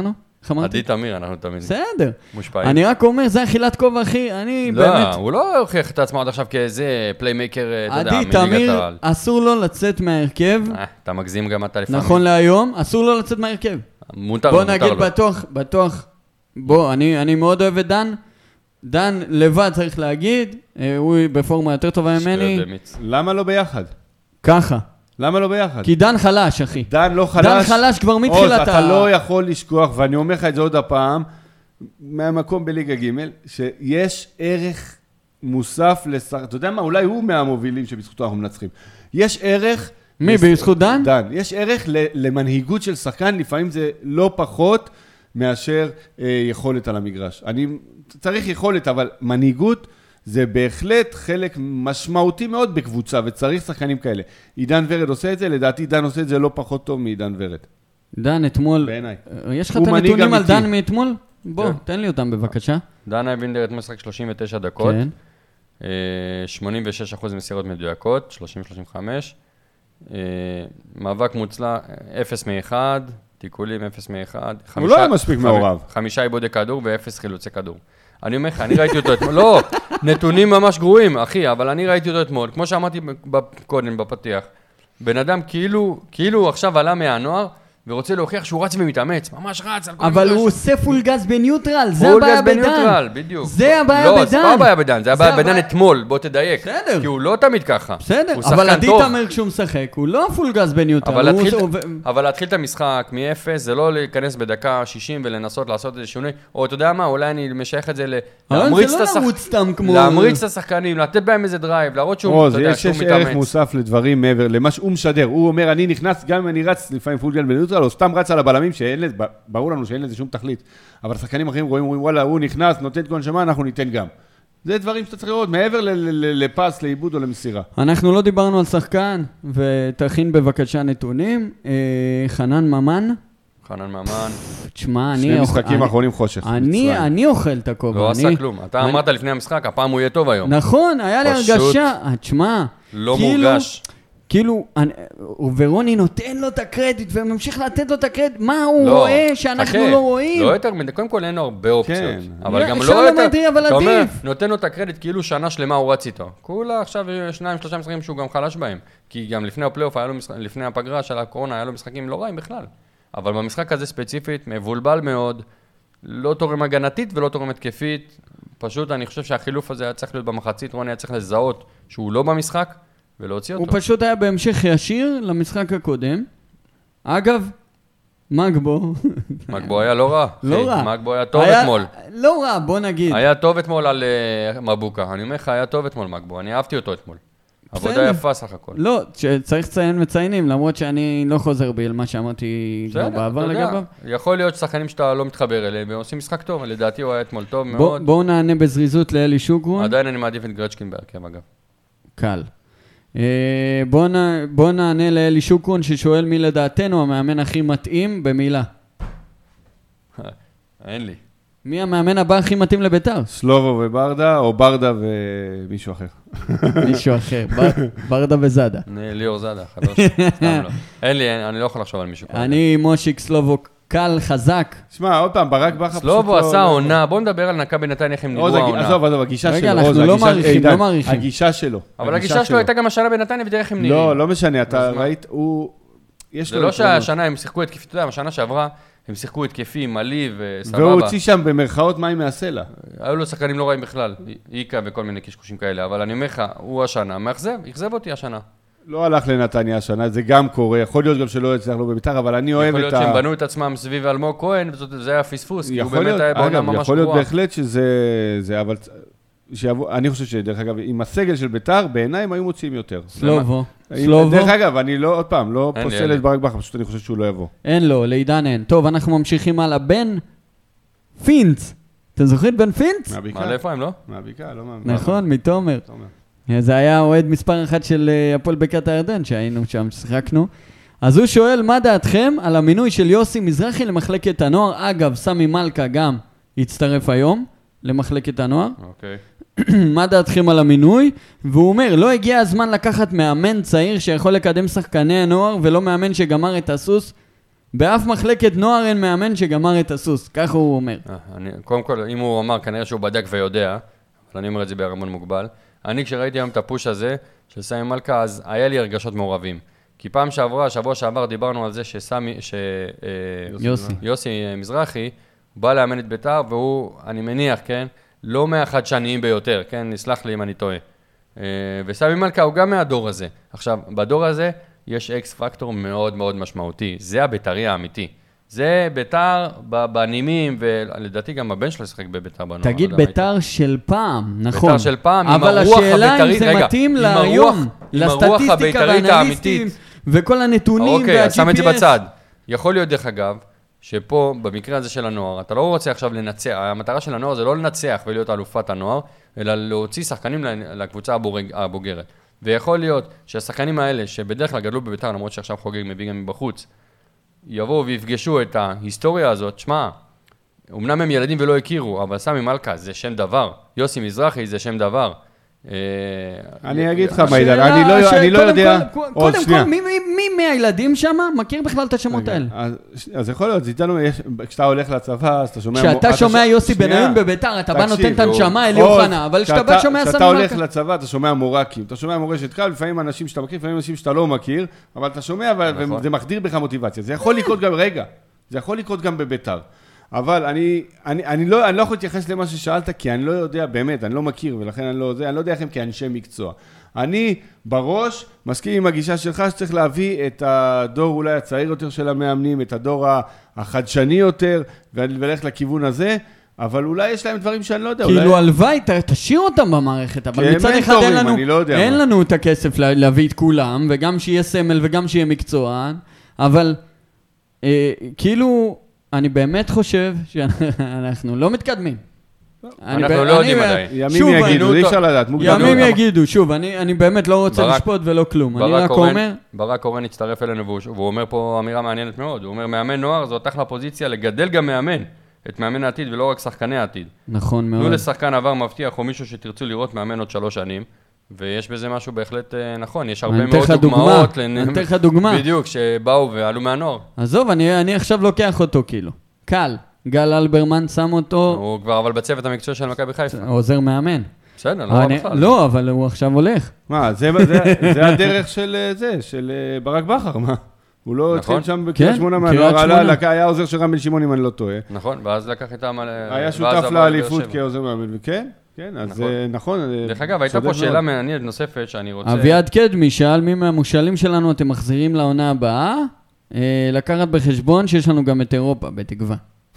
Speaker 2: איך אמרתי?
Speaker 4: עדי תמיר, אנחנו תמיד
Speaker 2: בסדר.
Speaker 4: מושפעים.
Speaker 2: אני רק אומר, זה אכילת כובע, אחי, אני באמת...
Speaker 4: לא, הוא לא הוכיח את עצמו עד עכשיו כאיזה פליימייקר, אתה יודע,
Speaker 2: עדי תמיר, אסור לו לצאת מהרכב.
Speaker 4: אתה מגזים גם אתה לפעמים.
Speaker 2: נכון להיום, אסור לו לצאת מהרכב.
Speaker 4: מותר לו,
Speaker 2: בוא
Speaker 4: מותר
Speaker 2: נגיד
Speaker 4: לו.
Speaker 2: בטוח, בטוח, בוא, אני, אני מאוד אוהב את דן. דן לבד צריך להגיד, אה, הוא בפורמה יותר טובה ממני.
Speaker 3: למה לא ביחד?
Speaker 2: ככה.
Speaker 3: למה לא ביחד?
Speaker 2: כי דן חלש, אחי.
Speaker 3: דן לא חלש.
Speaker 2: דן חלש כבר מתחילת ה...
Speaker 3: עוז, אתה לא יכול לשכוח, ואני אומר לך את זה עוד הפעם, מהמקום בליגה ג' שיש ערך מוסף לשחק... אתה יודע מה? אולי הוא מהמובילים שבזכותו אנחנו מנצחים. יש ערך...
Speaker 2: מי, לס... בזכות דן?
Speaker 3: דן. יש ערך למנהיגות של שחקן, לפעמים זה לא פחות מאשר אה, יכולת על המגרש. אני צריך יכולת, אבל מנהיגות זה בהחלט חלק משמעותי מאוד בקבוצה, וצריך שחקנים כאלה. עידן ורד עושה את זה, לדעתי דן עושה את זה לא פחות טוב מעידן ורד.
Speaker 2: דן אתמול...
Speaker 3: בעיניי.
Speaker 2: יש לך את הנתונים על דן מאתמול? בוא, תן לי אותם בבקשה.
Speaker 4: דן אבינדר אתמול משחק שלושים ותשע דקות.
Speaker 2: כן.
Speaker 4: שמונים ושש אחוז מסירות מדויקות, שלושים שלושים וחמש. מאבק מוצלח, אפס מאחד, תיקולים אפס מאחד.
Speaker 3: הוא לא היה מספיק מעורב.
Speaker 4: חמישה עיבודי כדור ואפס חילוצי כדור. אני אומר לך, אני ראיתי אותו אתמול, לא, נתונים ממש גרועים, אחי, אבל אני ראיתי אותו אתמול, כמו שאמרתי קודם בפתיח, בן אדם כאילו, כאילו עכשיו עלה מהנוער, ורוצה להוכיח שהוא רץ ומתאמץ, ממש רץ על כל
Speaker 2: אבל
Speaker 4: מגרש.
Speaker 2: הוא עושה פול גז בניוטרל, זה הבעיה בדן.
Speaker 4: פול גז בניוטרל, בדיוק.
Speaker 2: זה הבעיה
Speaker 4: לא,
Speaker 2: בדן.
Speaker 4: זה לא הבעיה בדן, זה הבעיה בדן אתמול, בוא תדייק.
Speaker 2: בסדר.
Speaker 4: כי הוא לא תמיד ככה.
Speaker 2: בסדר,
Speaker 4: הוא
Speaker 2: אבל
Speaker 4: שחקן
Speaker 2: עדי
Speaker 4: טוב.
Speaker 2: תמיר כשהוא משחק, הוא לא פול גז בניוטרל.
Speaker 4: אבל
Speaker 2: הוא
Speaker 4: להתחיל,
Speaker 2: הוא...
Speaker 4: אבל להתחיל את המשחק מ-אפס, זה לא להיכנס בדקה שישים ולנסות לעשות איזה שינוי, או אתה יודע מה, אולי אני משייך את זה ל... להמריץ את השחקנים, להמריץ את השחקנים, לתת בהם איזה דרייב, להראות שהוא, אתה יודע, שהוא מתאמץ.
Speaker 3: יש ערך מוסף לדברים מעבר, למה שהוא משדר. הוא אומר, אני נכנס, גם אם אני רץ לפעמים פול גז בניוטרל, או סתם רץ על הבלמים שאין לזה, ברור לנו שאין לזה שום תכלית. אבל שחקנים אחרים רואים, אומרים, וואלה, הוא נכנס, נותן כל נשמה, אנחנו ניתן גם. זה דברים שאתה צריך לראות, מעבר לפס, לאיבוד או למסירה.
Speaker 2: אנחנו לא דיברנו על שחקן, ותכין בבקשה נתונים. חנן ממן.
Speaker 4: חנן ממן.
Speaker 2: תשמע, אני...
Speaker 3: שני משחקים האחרונים חושך.
Speaker 2: אני, אני אוכל את הכובע.
Speaker 4: לא עשה כלום. אתה אמרת לפני המשחק, הפעם הוא יהיה טוב היום.
Speaker 2: נכון, היה לי הרגשה. תשמע,
Speaker 4: לא מורגש.
Speaker 2: כאילו, ורוני נותן לו את הקרדיט, וממשיך לתת לו את הקרדיט, מה הוא רואה שאנחנו לא רואים?
Speaker 4: לא יותר מדי, קודם כל אין לו הרבה אופציות. אבל גם
Speaker 2: אפשר
Speaker 4: לא יותר,
Speaker 2: למדי, אבל
Speaker 4: אתה אומר,
Speaker 2: עדיף.
Speaker 4: נותן לו את הקרדיט כאילו שנה שלמה הוא רץ איתו. כולה עכשיו שניים, שלושה משחקים שהוא גם חלש בהם. כי גם לפני הפלייאוף, לפני הפגרה של הקורונה, היה לו משחקים לא רעים בכלל. אבל במשחק הזה ספציפית, מבולבל מאוד, לא תורם הגנתית ולא תורם התקפית. פשוט אני חושב שהחילוף הזה היה צריך להיות במחצית, רוני היה צריך לזהות שהוא לא במשחק. ולהוציא אותו.
Speaker 2: הוא פשוט היה בהמשך ישיר למשחק הקודם. אגב, מגבו.
Speaker 4: מגבו היה לא רע.
Speaker 2: לא רע.
Speaker 4: מגבו היה טוב אתמול.
Speaker 2: לא רע, בוא נגיד.
Speaker 4: היה טוב אתמול על מבוקה. אני אומר לך, היה טוב אתמול מגבו. אני אהבתי אותו אתמול. עבודה יפה סך הכל.
Speaker 2: לא, צריך לציין מציינים, למרות שאני לא חוזר בי על מה שאמרתי כבר בעבר לגביו.
Speaker 4: יכול להיות שחקנים שאתה לא מתחבר אליהם, ועושים משחק טוב. לדעתי הוא היה אתמול טוב מאוד.
Speaker 2: בואו נענה בזריזות לאלי שוקרון.
Speaker 4: עדיין אני מעדיף את גרצ'קין בהרכב, אגב.
Speaker 2: קל. בוא, נ... בוא נענה לאלי שוקרון ששואל מי לדעתנו המאמן הכי מתאים במילה.
Speaker 4: אין לי.
Speaker 2: מי המאמן הבא הכי מתאים לביתר?
Speaker 3: סלובו וברדה, או ברדה ומישהו אחר.
Speaker 2: מישהו אחר, בר... ברדה וזאדה.
Speaker 4: ליאור זאדה, חדוש. סתם לא. אין לי, אני לא יכול לחשוב על מישהו.
Speaker 2: אני מושיק סלובו קל, חזק.
Speaker 3: שמע, עוד פעם, ברק בכר...
Speaker 4: סלובו עשה עונה, בוא נדבר על נקה בינתיים איך הם נראו העונה.
Speaker 3: עזוב, עזוב, הגישה שלו.
Speaker 2: רגע, אנחנו לא מעריכים, לא מעריכים.
Speaker 3: הגישה שלו.
Speaker 4: אבל הגישה שלו הייתה גם השנה בינתיים ותראה איך הם נראים.
Speaker 3: לא, לא משנה, אתה ראית, הוא...
Speaker 4: זה לא שהשנה הם שיחקו התקפי, אתה יודע, השנה שעברה הם שיחקו התקפי, מלא וסבבה.
Speaker 3: והוא הוציא שם במרכאות מים מהסלע.
Speaker 4: היו לו שחקנים לא רעים בכלל, איקה וכל מיני קשקושים כאלה, אבל אני אומר לך, הוא השנה, מאכזב, אכזב אותי השנה.
Speaker 3: לא הלך לנתניה השנה, זה גם קורה, יכול להיות גם שלא יצליח לו בביתר, אבל אני אוהב את ה...
Speaker 4: יכול להיות שהם בנו את עצמם סביב אלמוג כהן, וזה היה פספוס, כי הוא באמת היה בעונה ממש גרועה.
Speaker 3: יכול להיות בהחלט שזה, אבל אני חושב שדרך אגב, עם הסגל של ביתר, בעיניים היו מוציאים יותר.
Speaker 2: סלובו. סלובו.
Speaker 3: דרך אגב, אני לא, עוד פעם, לא פוסל את ברק בכר, פשוט אני חושב שהוא לא יבוא.
Speaker 2: אין לו, לעידן אין. טוב, אנחנו ממשיכים הלאה. בן פינץ. אתם זוכרים בן פינץ?
Speaker 3: מהבקעה.
Speaker 4: מה, איפה הם, לא?
Speaker 3: מהבקעה, לא מהבקעה.
Speaker 2: נכון, מתומר. זה היה אוהד מספר אחת של הפועל בקעת הירדן, שהיינו שם, ששיחקנו. אז הוא שואל, מה דעתכם על המינוי של יוסי מזרחי למחלקת הנוער? אגב, סמי מלכה גם הצטרף היום למחלקת הנוער.
Speaker 4: אוקיי.
Speaker 2: מה דעתכם על המינוי? והוא אומר, לא הגיע הזמן לקחת מאמן צעיר שיכול לקדם שחקני הנוער, ולא מאמן שגמר את הסוס באף מחלקת נוער אין מאמן שגמר את הסוס, ככה הוא אומר.
Speaker 4: אני, קודם כל, אם הוא אמר, כנראה שהוא בדק ויודע, אבל אני אומר את זה בהרמון מוגבל. אני, כשראיתי היום את הפוש הזה של סמי מלכה, אז היה לי הרגשות מעורבים. כי פעם שעברה, שבוע שעבר, דיברנו על זה שסמי, ש...
Speaker 2: יוסי.
Speaker 4: יוסי מזרחי, הוא בא לאמן את בית"ר, והוא, אני מניח, כן, לא מהחדשניים ביותר, כן, נסלח לי אם אני טועה. וסמי מלכה הוא גם מהדור הזה. עכשיו, בדור הזה יש אקס פקטור מאוד מאוד משמעותי. זה הבית"רי האמיתי. זה בית"ר בנימים, ולדעתי גם הבן שלו ישחק בבית"ר בנוער.
Speaker 2: תגיד בית"ר של פעם, נכון.
Speaker 4: בית"ר של פעם, עם
Speaker 2: אבל
Speaker 4: הרוח
Speaker 2: השאלה אם
Speaker 4: הבית"רית,
Speaker 2: זה
Speaker 4: רגע,
Speaker 2: מתאים
Speaker 4: עם הרוח-
Speaker 2: להיום,
Speaker 4: עם הרוח
Speaker 2: לסטטיסטיקה
Speaker 4: הבית"רית
Speaker 2: והאנליסטים,
Speaker 4: האמיתית.
Speaker 2: וכל הנתונים
Speaker 4: אוקיי, אז שם את זה
Speaker 2: וה-ג'י פי אס.
Speaker 4: בצד. יכול להיות דרך אגב, שפה, במקרה הזה של הנוער, אתה לא רוצה עכשיו לנצח, המטרה של הנוער זה לא לנצח ולהיות אלופת הנוער, אלא להוציא שחקנים לקבוצה הבורג- הבוגרת. ויכול להיות שהשחקנים האלה, שבדרך כלל גדלו בבית"ר, למרות שעכשיו חוגג מביא גם מבחוץ, יבואו ויפגשו את ההיסטוריה הזאת. שמע, אמנם הם ילדים ולא הכירו, אבל סמי מלכה זה שם דבר, יוסי מזרחי זה שם דבר.
Speaker 3: אני אגיד לך מה, עידן, אני לא- אני לא יודע, עוד
Speaker 2: קודם
Speaker 3: שנייה.
Speaker 2: כל, מי- מי מי מהילדים שם מכיר בכלל את השמות האלה?
Speaker 3: אז, אז יכול להיות, איתנו, יש, כשאתה הולך לצבא, אז אתה שומע...
Speaker 2: כשאתה
Speaker 3: אתה
Speaker 2: שומע
Speaker 3: ש-
Speaker 2: יוסי
Speaker 3: שנייה,
Speaker 2: בניון בבית"ר, אתה בא
Speaker 3: תקשיב,
Speaker 2: נותן את הנשמה, אלי
Speaker 3: עוד,
Speaker 2: אוחנה, אבל כשאתה
Speaker 3: כשאתה-
Speaker 2: בא שומע
Speaker 3: כשאתה
Speaker 2: סמי
Speaker 3: הולך
Speaker 2: מלכה.
Speaker 3: לצבא, אתה שומע מורקים, אתה שומע מורשת קרב, לפעמים אנשים שאתה מכיר, לפעמים אנשים שאתה לא מכיר, אבל אתה שומע,
Speaker 4: נכון.
Speaker 3: וזה מחדיר בך מוטיבציה. זה יכול לקרות גם, רגע, זה יכול לקרות גם בבית"ר. אבל אני, אני, אני לא, אני לא יכול להתייחס למה ששאלת, כי אני לא יודע, באמת, אני לא מכיר, ולכן אני לא יודע, אני לא יודע איך הם כאנשי מקצוע. אני בראש מסכים עם הגישה שלך שצריך להביא את הדור אולי הצעיר יותר של המאמנים, את הדור החדשני יותר, וללכת לכיוון הזה, אבל אולי יש להם דברים שאני לא יודע.
Speaker 2: כאילו
Speaker 3: אולי...
Speaker 2: הלוואי, ת- תשאיר אותם במערכת, אבל
Speaker 3: כי הם
Speaker 2: מצד אחד
Speaker 3: מנטורים,
Speaker 2: אין לנו,
Speaker 3: אני לא יודע
Speaker 2: אין
Speaker 3: מה.
Speaker 2: לנו את הכסף לה- להביא את כולם, וגם שיהיה סמל וגם שיהיה מקצוען, אבל אה, כאילו, אני באמת חושב שאנחנו לא מתקדמים. אני
Speaker 4: אנחנו
Speaker 2: ב-
Speaker 4: לא
Speaker 2: אני
Speaker 4: יודעים
Speaker 2: ב-
Speaker 4: עדיין.
Speaker 3: ימים
Speaker 2: שוב,
Speaker 3: יגידו,
Speaker 4: אני-
Speaker 3: אי אפשר לדעת, מוקדם.
Speaker 2: ימים
Speaker 3: מאוד.
Speaker 2: יגידו, שוב, אני, אני באמת לא רוצה
Speaker 4: ברק-
Speaker 2: לשפוט ולא כלום, אני
Speaker 4: ברק
Speaker 2: רק
Speaker 4: קורן-
Speaker 2: אומר,
Speaker 4: ברק קורן הצטרף אלינו, והוא, והוא אומר פה אמירה מעניינת מאוד. הוא אומר, מאמן נוער זאת אחלה פוזיציה לגדל גם מאמן, את מאמן העתיד ולא רק שחקני העתיד.
Speaker 2: נכון
Speaker 4: תנו
Speaker 2: מאוד.
Speaker 4: לשחקן עבר מבטיח או מישהו שתרצו לראות מאמן עוד שלוש שנים, ויש בזה משהו בהחלט אה, נכון, יש הרבה
Speaker 2: אני אתן
Speaker 4: מאוד
Speaker 2: לך דוגמה,
Speaker 4: דוגמאות.
Speaker 2: אני אתן לך דוגמה.
Speaker 4: בדיוק, שבאו ועלו מהנוער.
Speaker 2: עזוב, אני, אני עכשיו לוקח אותו כאילו. קל. גל אלברמן שם אותו,
Speaker 4: הוא כבר אבל בצוות המקצוע של מכבי חיפה.
Speaker 2: עוזר מאמן.
Speaker 4: בסדר, לא רע
Speaker 2: אני,
Speaker 4: בכלל.
Speaker 2: לא, אבל הוא עכשיו הולך.
Speaker 3: מה, זה, זה, זה הדרך של אה, זה, של אה, ברק בכר, מה? הוא לא
Speaker 4: נכון.
Speaker 3: התחיל שם בקריית
Speaker 2: כן,
Speaker 3: שמונה
Speaker 2: קריית
Speaker 3: מהנוער, עלה,
Speaker 2: שמונה.
Speaker 3: לקה- היה עוזר של רם בן שמעון אם אני לא טועה.
Speaker 4: נכון, ואז לקח איתם על...
Speaker 3: היה
Speaker 4: ואז
Speaker 3: שותף
Speaker 4: עבר לבאר
Speaker 3: לאליפות
Speaker 4: שבע.
Speaker 3: כעוזר מאמן, כן, כן, אז
Speaker 4: נכון.
Speaker 3: אה, נכון. אה,
Speaker 4: דרך אגב, הייתה
Speaker 3: צודק
Speaker 4: פה שאלה
Speaker 3: מאוד.
Speaker 4: מעניינת נוספת שאני רוצה...
Speaker 2: אביעד קדמי שאל מי מהמושאלים שלנו אתם מחזירים לעונה הבאה, אה, לקחת בחשבון שיש לנו גם את אירופה, בתקווה.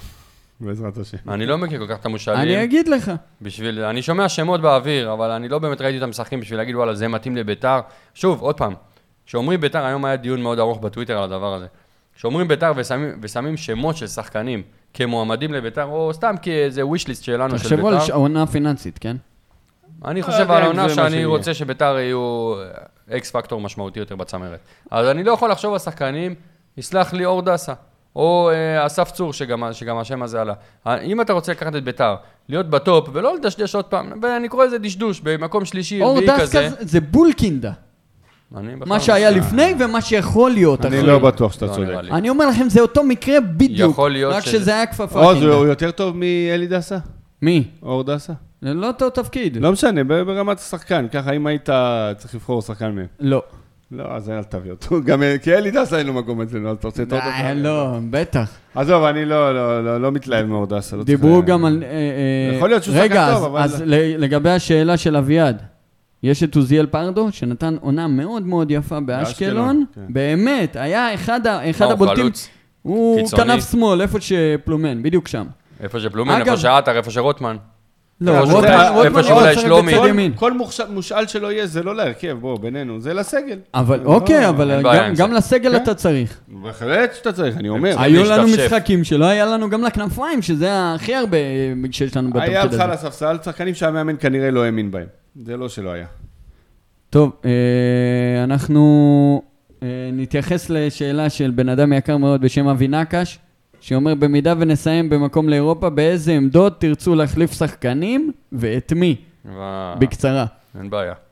Speaker 3: בעזרת השם.
Speaker 4: אני לא מכיר כל כך את המושאלים.
Speaker 2: אני אגיד לך.
Speaker 4: בשביל... אני שומע שמות באוויר, אבל אני לא באמת ראיתי אותם משחקים בשביל להגיד, וואלה, זה מתאים לביתר. שוב, עוד פעם, כשאומרים ביתר, היום היה דיון מאוד ארוך בטוויטר על הדבר הזה. כשאומרים ביתר ושמים, ושמים שמות של שחקנים כמועמדים לביתר, או סתם כאיזה ווישליסט שלנו של
Speaker 2: תחשבו על
Speaker 4: ביתר,
Speaker 2: עונה פיננסית, כן?
Speaker 4: אני
Speaker 3: לא
Speaker 4: חושב
Speaker 3: יודע
Speaker 4: על
Speaker 3: אם
Speaker 4: העונה
Speaker 3: זה מה
Speaker 4: שאני
Speaker 3: שיהיה.
Speaker 4: רוצה שביתר יהיו אקס פקטור משמעותי יותר בצמרת. אז אני לא יכול לחשוב על שחקנים, יסלח לי אור דסה, או אה, אסף צור, שגם, שגם השם הזה עלה. אם אתה רוצה לקחת את ביתר, להיות בטופ, ולא לדשדש עוד פעם, ואני קורא לזה דשדוש, במקום שלישי,
Speaker 2: אור
Speaker 4: רביעי כזה.
Speaker 2: דסקה זה בולקינדה.
Speaker 4: אני בכלל
Speaker 2: מה
Speaker 4: לא
Speaker 2: שהיה
Speaker 4: יודע.
Speaker 2: לפני ומה שיכול להיות
Speaker 3: אני
Speaker 2: אחרי.
Speaker 3: לא בטוח שאתה
Speaker 4: לא
Speaker 3: צודק.
Speaker 4: נראה לי.
Speaker 2: אני אומר לכם, זה אותו מקרה בדיוק.
Speaker 4: יכול להיות
Speaker 2: רק
Speaker 4: שזה-
Speaker 2: שזה היה כפפה.
Speaker 3: עוז,
Speaker 2: קינדה.
Speaker 3: הוא יותר טוב מאלי דסה?
Speaker 2: מי?
Speaker 3: אור דסה?
Speaker 2: זה לא אותו תפקיד.
Speaker 3: לא משנה, ב- ברמת השחקן, ככה אם היית צריך לבחור שחקן מהם.
Speaker 2: לא.
Speaker 3: לא, אז אל תביא אותו. גם אה, כי אלי דסה אין לו מקום אצלנו, אז אתה רוצה את אור
Speaker 2: אה,
Speaker 3: דסה?
Speaker 2: לא, בטח.
Speaker 3: עזוב, אני לא, לא, לא, לא מתלהב מאור דסה. לא צריך-
Speaker 2: דיברו גם על... אה, אה,
Speaker 3: יכול להיות שהוא
Speaker 2: רגע,
Speaker 3: שחקן
Speaker 2: אז-
Speaker 3: טוב, אבל-
Speaker 2: אז ל- לגבי השאלה של אביעד, יש את עוזיאל פרדו, שנתן עונה מאוד מאוד יפה באשקלון.
Speaker 3: באשקלון, כן.
Speaker 2: באמת, היה אחד ה- אחד
Speaker 4: מה, הוא
Speaker 2: הבולטים.
Speaker 4: חלוץ?
Speaker 2: הוא
Speaker 4: קיצוני?
Speaker 2: כנף שמאל, איפה שפלומן, בדיוק שם.
Speaker 4: איפה שפלומן,
Speaker 2: אגב-
Speaker 4: איפה שעטר, איפה שרוטמן.
Speaker 2: לא,
Speaker 3: כן,
Speaker 2: רוטמן
Speaker 3: זה-
Speaker 2: רוטמן
Speaker 4: איפה
Speaker 2: לא
Speaker 4: שאולי
Speaker 2: צריך
Speaker 4: שלומי.
Speaker 2: בצד
Speaker 3: כל-
Speaker 2: ימין.
Speaker 3: כל מוכש- מושאל שלו יהיה, זה לא להרכב, בוא, בינינו, זה לסגל.
Speaker 2: אבל
Speaker 3: לא,
Speaker 2: אוקיי, אבל
Speaker 4: אין בעיה
Speaker 2: גם-
Speaker 4: עם
Speaker 2: גם
Speaker 4: זה.
Speaker 2: לסגל
Speaker 3: כן.
Speaker 2: אתה צריך.
Speaker 3: בהחלט שאתה צריך, אני אומר.
Speaker 2: היו לנו
Speaker 4: להשתפשף.
Speaker 2: משחקים שלא היה לנו גם לכנפיים, שזה הכי הרבה שיש לנו
Speaker 3: היה
Speaker 2: בתפקיד
Speaker 3: לך
Speaker 2: הזה.
Speaker 3: לספסל, שחקנים שהמאמן כנראה לא האמין בהם. זה לא שלא היה.
Speaker 2: טוב, אה, אנחנו אה, נתייחס לשאלה של בן אדם יקר מאוד בשם אבי נקש, שאומר, במידה ונסיים במקום לאירופה, באיזה עמדות תרצו להחליף שחקנים ואת מי?
Speaker 4: ו-
Speaker 2: בקצרה.
Speaker 4: אין בעיה.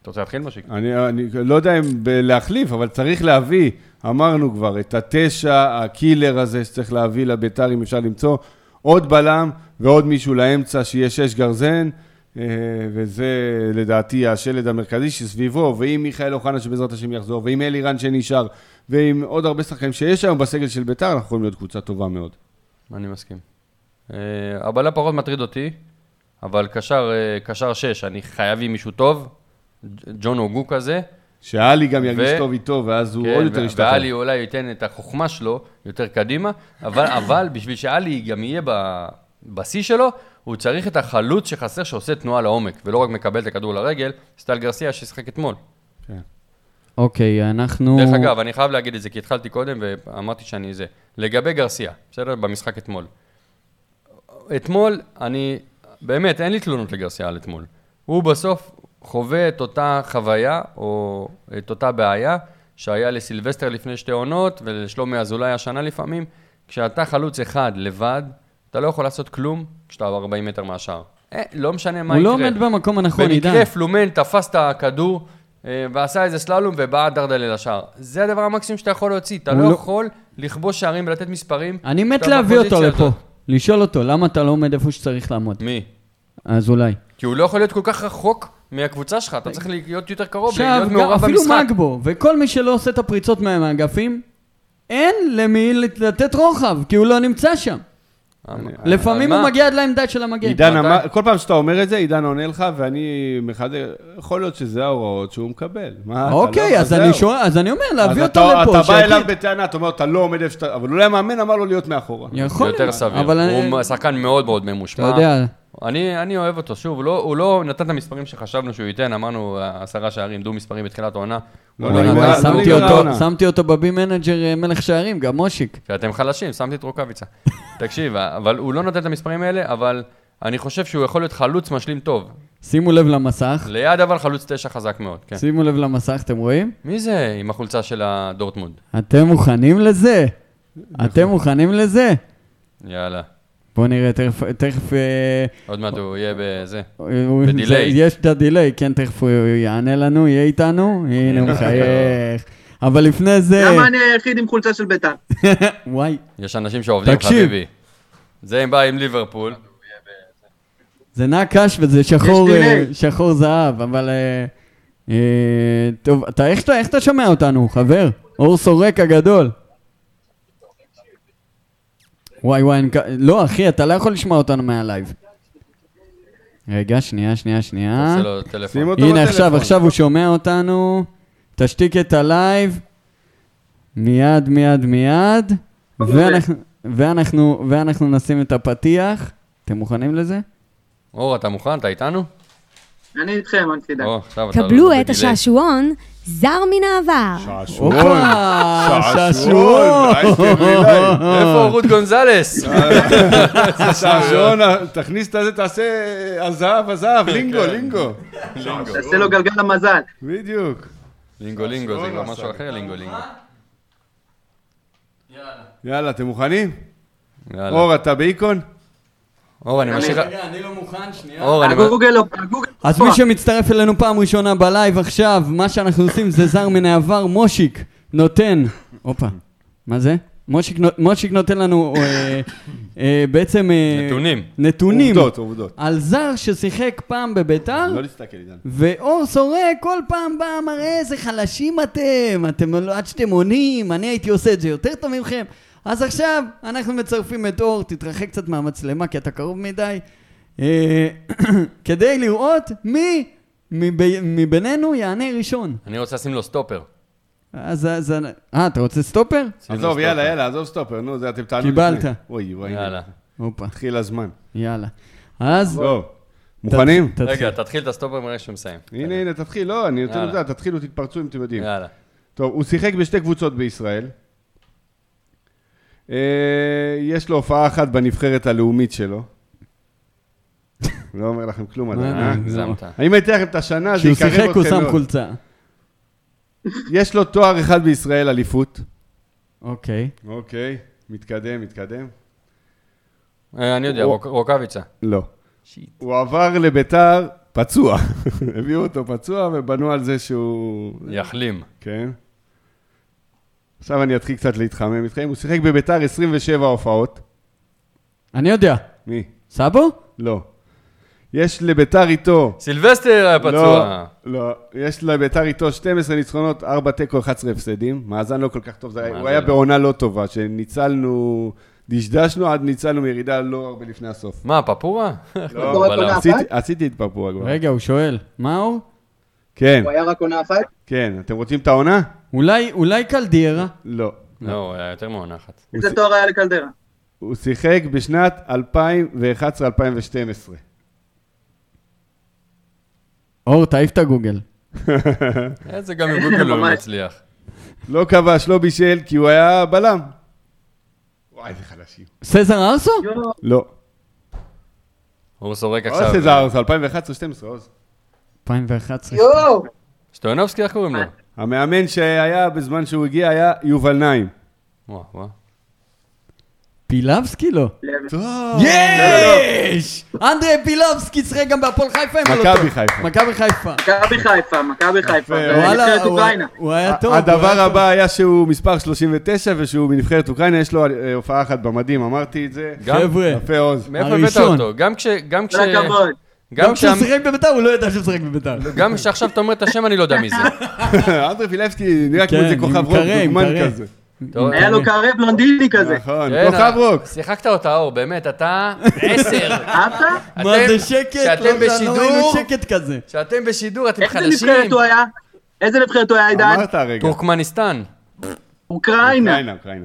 Speaker 4: אתה רוצה להתחיל משיק?
Speaker 3: אני, אני לא יודע אם להחליף, אבל צריך להביא, אמרנו כבר, את התשע, הקילר הזה שצריך להביא לביתר, אם אפשר למצוא, עוד בלם ועוד מישהו לאמצע שיהיה שש גרזן, וזה לדעתי השלד המרכזי שסביבו, ועם מיכאל אוחנה שבעזרת השם יחזור, ועם אלירן שנשאר, ועם עוד הרבה שחקנים שיש היום בסגל של ביתר, אנחנו יכולים להיות קבוצה טובה מאוד.
Speaker 4: אני מסכים. הבעלה פחות מטריד אותי, אבל קשר, קשר שש, אני חייב עם מישהו טוב, ג'ון אוגו כזה.
Speaker 3: שאלי גם ירגיש ו... טוב איתו, ואז הוא כן, עוד יותר ישתחרר.
Speaker 4: ואלי אולי ייתן את החוכמה שלו יותר קדימה, אבל, אבל בשביל שאלי גם יהיה בשיא שלו, הוא צריך את החלוץ שחסר שעושה תנועה לעומק, ולא רק מקבל את הכדור לרגל, סטייל גרסיה ששחק אתמול.
Speaker 3: כן.
Speaker 2: אוקיי, אנחנו...
Speaker 4: דרך אגב, אני חייב להגיד את זה, כי התחלתי קודם ואמרתי שאני זה. לגבי גרסיה, בסדר? במשחק אתמול. אתמול, אני... באמת, אין לי תלונות לגרסיה על אתמול. הוא בסוף חווה את אותה חוויה, או את אותה בעיה, שהיה לסילבסטר לפני שתי עונות, ולשלומי אזולאי השנה לפעמים, כשאתה חלוץ אחד לבד, אתה לא יכול לעשות כלום כשאתה ארבעים מטר מהשאר. אה, לא משנה מה יקרה.
Speaker 2: הוא לא עומד במקום הנכון, עידן.
Speaker 4: במקרה פלומן תפס את הכדור, ועשה איזה סללום, ובא דרדל אל השאר. זה הדבר המקסימום שאתה יכול להוציא. אתה לא יכול לכבוש שערים ולתת מספרים.
Speaker 2: אני מת להביא אותו לפה. לשאול אותו, למה אתה לא עומד איפה שצריך לעמוד?
Speaker 4: מי?
Speaker 2: אזולאי.
Speaker 4: כי הוא לא יכול להיות כל כך רחוק מהקבוצה שלך. אתה צריך להיות יותר קרוב, להיות מעורב במשחק.
Speaker 2: אפילו מגבו, וכל מי שלא עושה את הפריצות מהאגפים, אין למי לתת רוחב, כי הוא לא נמצא שם. לפעמים הוא מגיע עד לעמדה של המגן.
Speaker 3: כל פעם שאתה אומר את זה, עידן עונה לך, ואני מחדר, יכול להיות שזה ההוראות שהוא מקבל.
Speaker 2: אוקיי, אז אני אומר, להביא אותו לפה.
Speaker 3: אתה בא אליו בטענה, אתה אומר, אתה לא עומד איפה שאתה, אבל אולי המאמן אמר לו להיות מאחורה.
Speaker 4: יכול להיות. יותר סביר, הוא שחקן מאוד מאוד ממושמע. אתה יודע. אני, אני אוהב אותו, שוב, הוא לא, הוא לא נתן את המספרים שחשבנו שהוא ייתן, אמרנו עשרה שערים, דו מספרים בתחילת העונה.
Speaker 2: שמתי אותו בבי מנג'ר מלך שערים, גם מושיק.
Speaker 4: שאתם חלשים, שמתי את רוקביצה. תקשיב, אבל הוא לא נותן את המספרים האלה, אבל אני חושב שהוא יכול להיות חלוץ משלים טוב.
Speaker 2: שימו לב למסך.
Speaker 4: ליד אבל חלוץ תשע חזק מאוד, כן.
Speaker 2: שימו לב למסך, אתם רואים?
Speaker 4: מי זה עם החולצה של הדורטמונד?
Speaker 2: אתם מוכנים לזה? אתם מוכנים לזה?
Speaker 4: יאללה.
Speaker 2: בוא נראה, תכף, תכף...
Speaker 4: עוד מעט הוא יהיה בזה,
Speaker 2: בדילי. יש את הדילי, כן, תכף הוא יענה לנו, יהיה איתנו, הנה הוא מחייך. אבל לפני זה...
Speaker 7: למה אני היחיד עם חולצה של ביתר?
Speaker 2: וואי.
Speaker 4: יש אנשים שעובדים חביבי. זה אם בא עם ליברפול.
Speaker 2: זה נקש וזה שחור, שחור זהב, אבל... טוב, איך אתה שומע אותנו, חבר? אור סורק הגדול. וואי וואי, לא אחי, אתה לא יכול לשמוע אותנו מהלייב. רגע, שנייה, שנייה, שנייה.
Speaker 4: תעשה לו טלפון.
Speaker 2: הנה עכשיו, עכשיו הוא שומע אותנו. תשתיק את הלייב. מיד, מיד, מיד. ואנחנו, ואנחנו, ואנחנו נשים את הפתיח. אתם מוכנים לזה?
Speaker 4: אור, אתה מוכן? אתה איתנו?
Speaker 7: אני איתכם, אני תדע.
Speaker 1: קבלו את השעשועון. זר מן העבר.
Speaker 3: שעשועון.
Speaker 2: שעשועון.
Speaker 4: איפה רות גונזלס?
Speaker 3: שעשועון, תכניס את זה, תעשה הזהב, הזהב, לינגו, לינגו.
Speaker 7: תעשה לו גלגל המזל.
Speaker 3: בדיוק.
Speaker 4: לינגו, לינגו, זה כבר משהו אחר, לינגו, לינגו.
Speaker 3: יאללה, אתם מוכנים? אור, אתה באיקון?
Speaker 4: אור, אני משאיר...
Speaker 2: רגע, אני לא מוכן, שנייה.
Speaker 7: הגוגל לא, הגוגל.
Speaker 2: אז מי שמצטרף אלינו פעם ראשונה בלייב עכשיו, מה שאנחנו עושים זה זר מן העבר, מושיק נותן, אופה, מה זה? מושיק נותן לנו בעצם...
Speaker 4: נתונים.
Speaker 2: נתונים.
Speaker 3: עובדות, עובדות.
Speaker 2: על זר ששיחק פעם בביתר.
Speaker 3: לא להסתכל, עידן.
Speaker 2: ואור סורק כל פעם בא, מראה איזה חלשים אתם, אתם עד שאתם עונים, אני הייתי עושה את זה יותר טוב ממכם. אז עכשיו אנחנו מצרפים את אור, תתרחק קצת מהמצלמה כי אתה קרוב מדי, כדי לראות מי מבינינו יענה ראשון.
Speaker 4: אני רוצה לשים לו סטופר.
Speaker 2: אז, אז, אה, אתה רוצה סטופר?
Speaker 3: עזוב, יאללה, יאללה, עזוב סטופר, נו, זה אתם תענו.
Speaker 2: קיבלת.
Speaker 3: אוי, אוי,
Speaker 4: יאללה.
Speaker 2: אופה.
Speaker 3: התחיל הזמן.
Speaker 2: יאללה. אז...
Speaker 3: טוב, מוכנים?
Speaker 4: רגע, תתחיל את הסטופר מראה שמסיים.
Speaker 3: הנה, הנה, תתחיל, לא, אני רוצה לדעת, תתחילו, תתפרצו אם אתם יודעים.
Speaker 4: יאללה.
Speaker 3: טוב, הוא שיחק בשתי קבוצות בישראל. יש לו הופעה אחת בנבחרת הלאומית שלו. לא אומר לכם כלום עדיין, אה?
Speaker 4: גזמת.
Speaker 3: האם הייתי לכם את השנה, זה יקרב
Speaker 2: אתכם מאוד. כשהוא שיחק הוא שם חולצה.
Speaker 3: יש לו תואר אחד בישראל, אליפות.
Speaker 2: אוקיי.
Speaker 3: אוקיי, מתקדם, מתקדם.
Speaker 4: אני יודע, רוקביצה.
Speaker 3: לא. הוא עבר לביתר פצוע. הביאו אותו פצוע ובנו על זה שהוא...
Speaker 4: יחלים.
Speaker 3: כן. עכשיו אני אתחיל קצת להתחמם איתכם. הוא שיחק בביתר עשרים ושבע הופעות.
Speaker 2: אני יודע.
Speaker 3: מי?
Speaker 2: סבו?
Speaker 3: לא. יש לביתר איתו...
Speaker 4: סילבסטר היה פצוע.
Speaker 3: לא, לא. יש לביתר איתו שתים עשרה ניצחונות, ארבע תיקו, אחת עשרה הפסדים. מאזן לא כל כך טוב. הוא היה בעונה לא טובה, שניצלנו... דשדשנו עד ניצלנו מירידה לא הרבה לפני הסוף.
Speaker 4: מה, פפורה?
Speaker 3: לא, עשיתי את פפורה כבר.
Speaker 2: רגע, הוא שואל. מה אור?
Speaker 3: כן.
Speaker 7: הוא היה רק עונה אחת?
Speaker 3: כן. אתם רוצים את העונה?
Speaker 2: אולי, אולי קלדיירה?
Speaker 3: לא.
Speaker 4: לא, הוא היה יותר מעונה אחת.
Speaker 7: איזה תואר היה לקלדרה?
Speaker 3: הוא שיחק בשנת אלפיים ואחת עשרה אלפיים ושתים עשרה.
Speaker 2: אור, תעיף את הגוגל.
Speaker 4: איזה גם עם גוגל הוא מצליח.
Speaker 3: לא כבש, לא בישל, כי הוא היה בלם. וואי, איזה חלשים.
Speaker 2: סזר ארסו?
Speaker 3: לא.
Speaker 4: הוא סורק
Speaker 3: עוד
Speaker 4: עכשיו.
Speaker 3: סזר ארסו, אלפיים ואחת עשרה שתים עשרה, עוז.
Speaker 2: אלפיים ואחת עשרה.
Speaker 7: יואו!
Speaker 4: שטויאנובסקי, איך קוראים לו?
Speaker 3: המאמן שהיה בזמן שהוא הגיע היה יובל נעים.
Speaker 4: וואו, וואו.
Speaker 2: פילבסקי לא.
Speaker 3: טוב.
Speaker 2: יש! אנדרי פילבסקי צריך גם בהפועל חיפה.
Speaker 3: מכבי חיפה.
Speaker 2: מכבי חיפה.
Speaker 7: מכבי חיפה, מכבי חיפה.
Speaker 2: וואלה,
Speaker 7: נבחרת אוקראינה.
Speaker 2: הוא היה טוב.
Speaker 3: הדבר הבא היה שהוא מספר שלושים ותשע, ושהוא מנבחרת אוקראינה, יש לו הופעה אחת במדים, אמרתי את זה.
Speaker 2: חבר'ה.
Speaker 3: יפה עוז.
Speaker 4: מאיפה הבאת אותו? גם כש... גם כש...
Speaker 7: כל הכבוד.
Speaker 2: גם כשהוא שיחק בביתר, הוא לא ידע שהוא שיחק בביתר.
Speaker 4: גם שעכשיו אתה אומר את השם, אני לא יודע מי זה.
Speaker 3: אנדרי פילבסקי נראה כמו איזה
Speaker 2: כן,
Speaker 3: כוכב
Speaker 2: עם
Speaker 3: רוק,
Speaker 2: קרה, עם
Speaker 3: דוגמן
Speaker 2: קרה.
Speaker 3: כזה.
Speaker 7: היה לו קרה בלונדיני כזה.
Speaker 3: נכון,
Speaker 4: כן,
Speaker 3: כוכב רוק.
Speaker 4: שיחקת אותה, אור, באמת, אתה עשר.
Speaker 7: אהבת?
Speaker 2: מה זה שקט?
Speaker 4: שאתם
Speaker 2: לא ראינו
Speaker 4: בשידור,
Speaker 2: שקט כזה.
Speaker 4: שאתם בשידור, אתם
Speaker 7: איזה
Speaker 4: חדשים.
Speaker 7: נבחרת הוא היה? איזה נבחרת הוא היה, עידן?
Speaker 3: אמרת הרגע.
Speaker 4: טורקמניסטן.
Speaker 7: אוקראינה.
Speaker 3: אוקראינה, אוקראינה.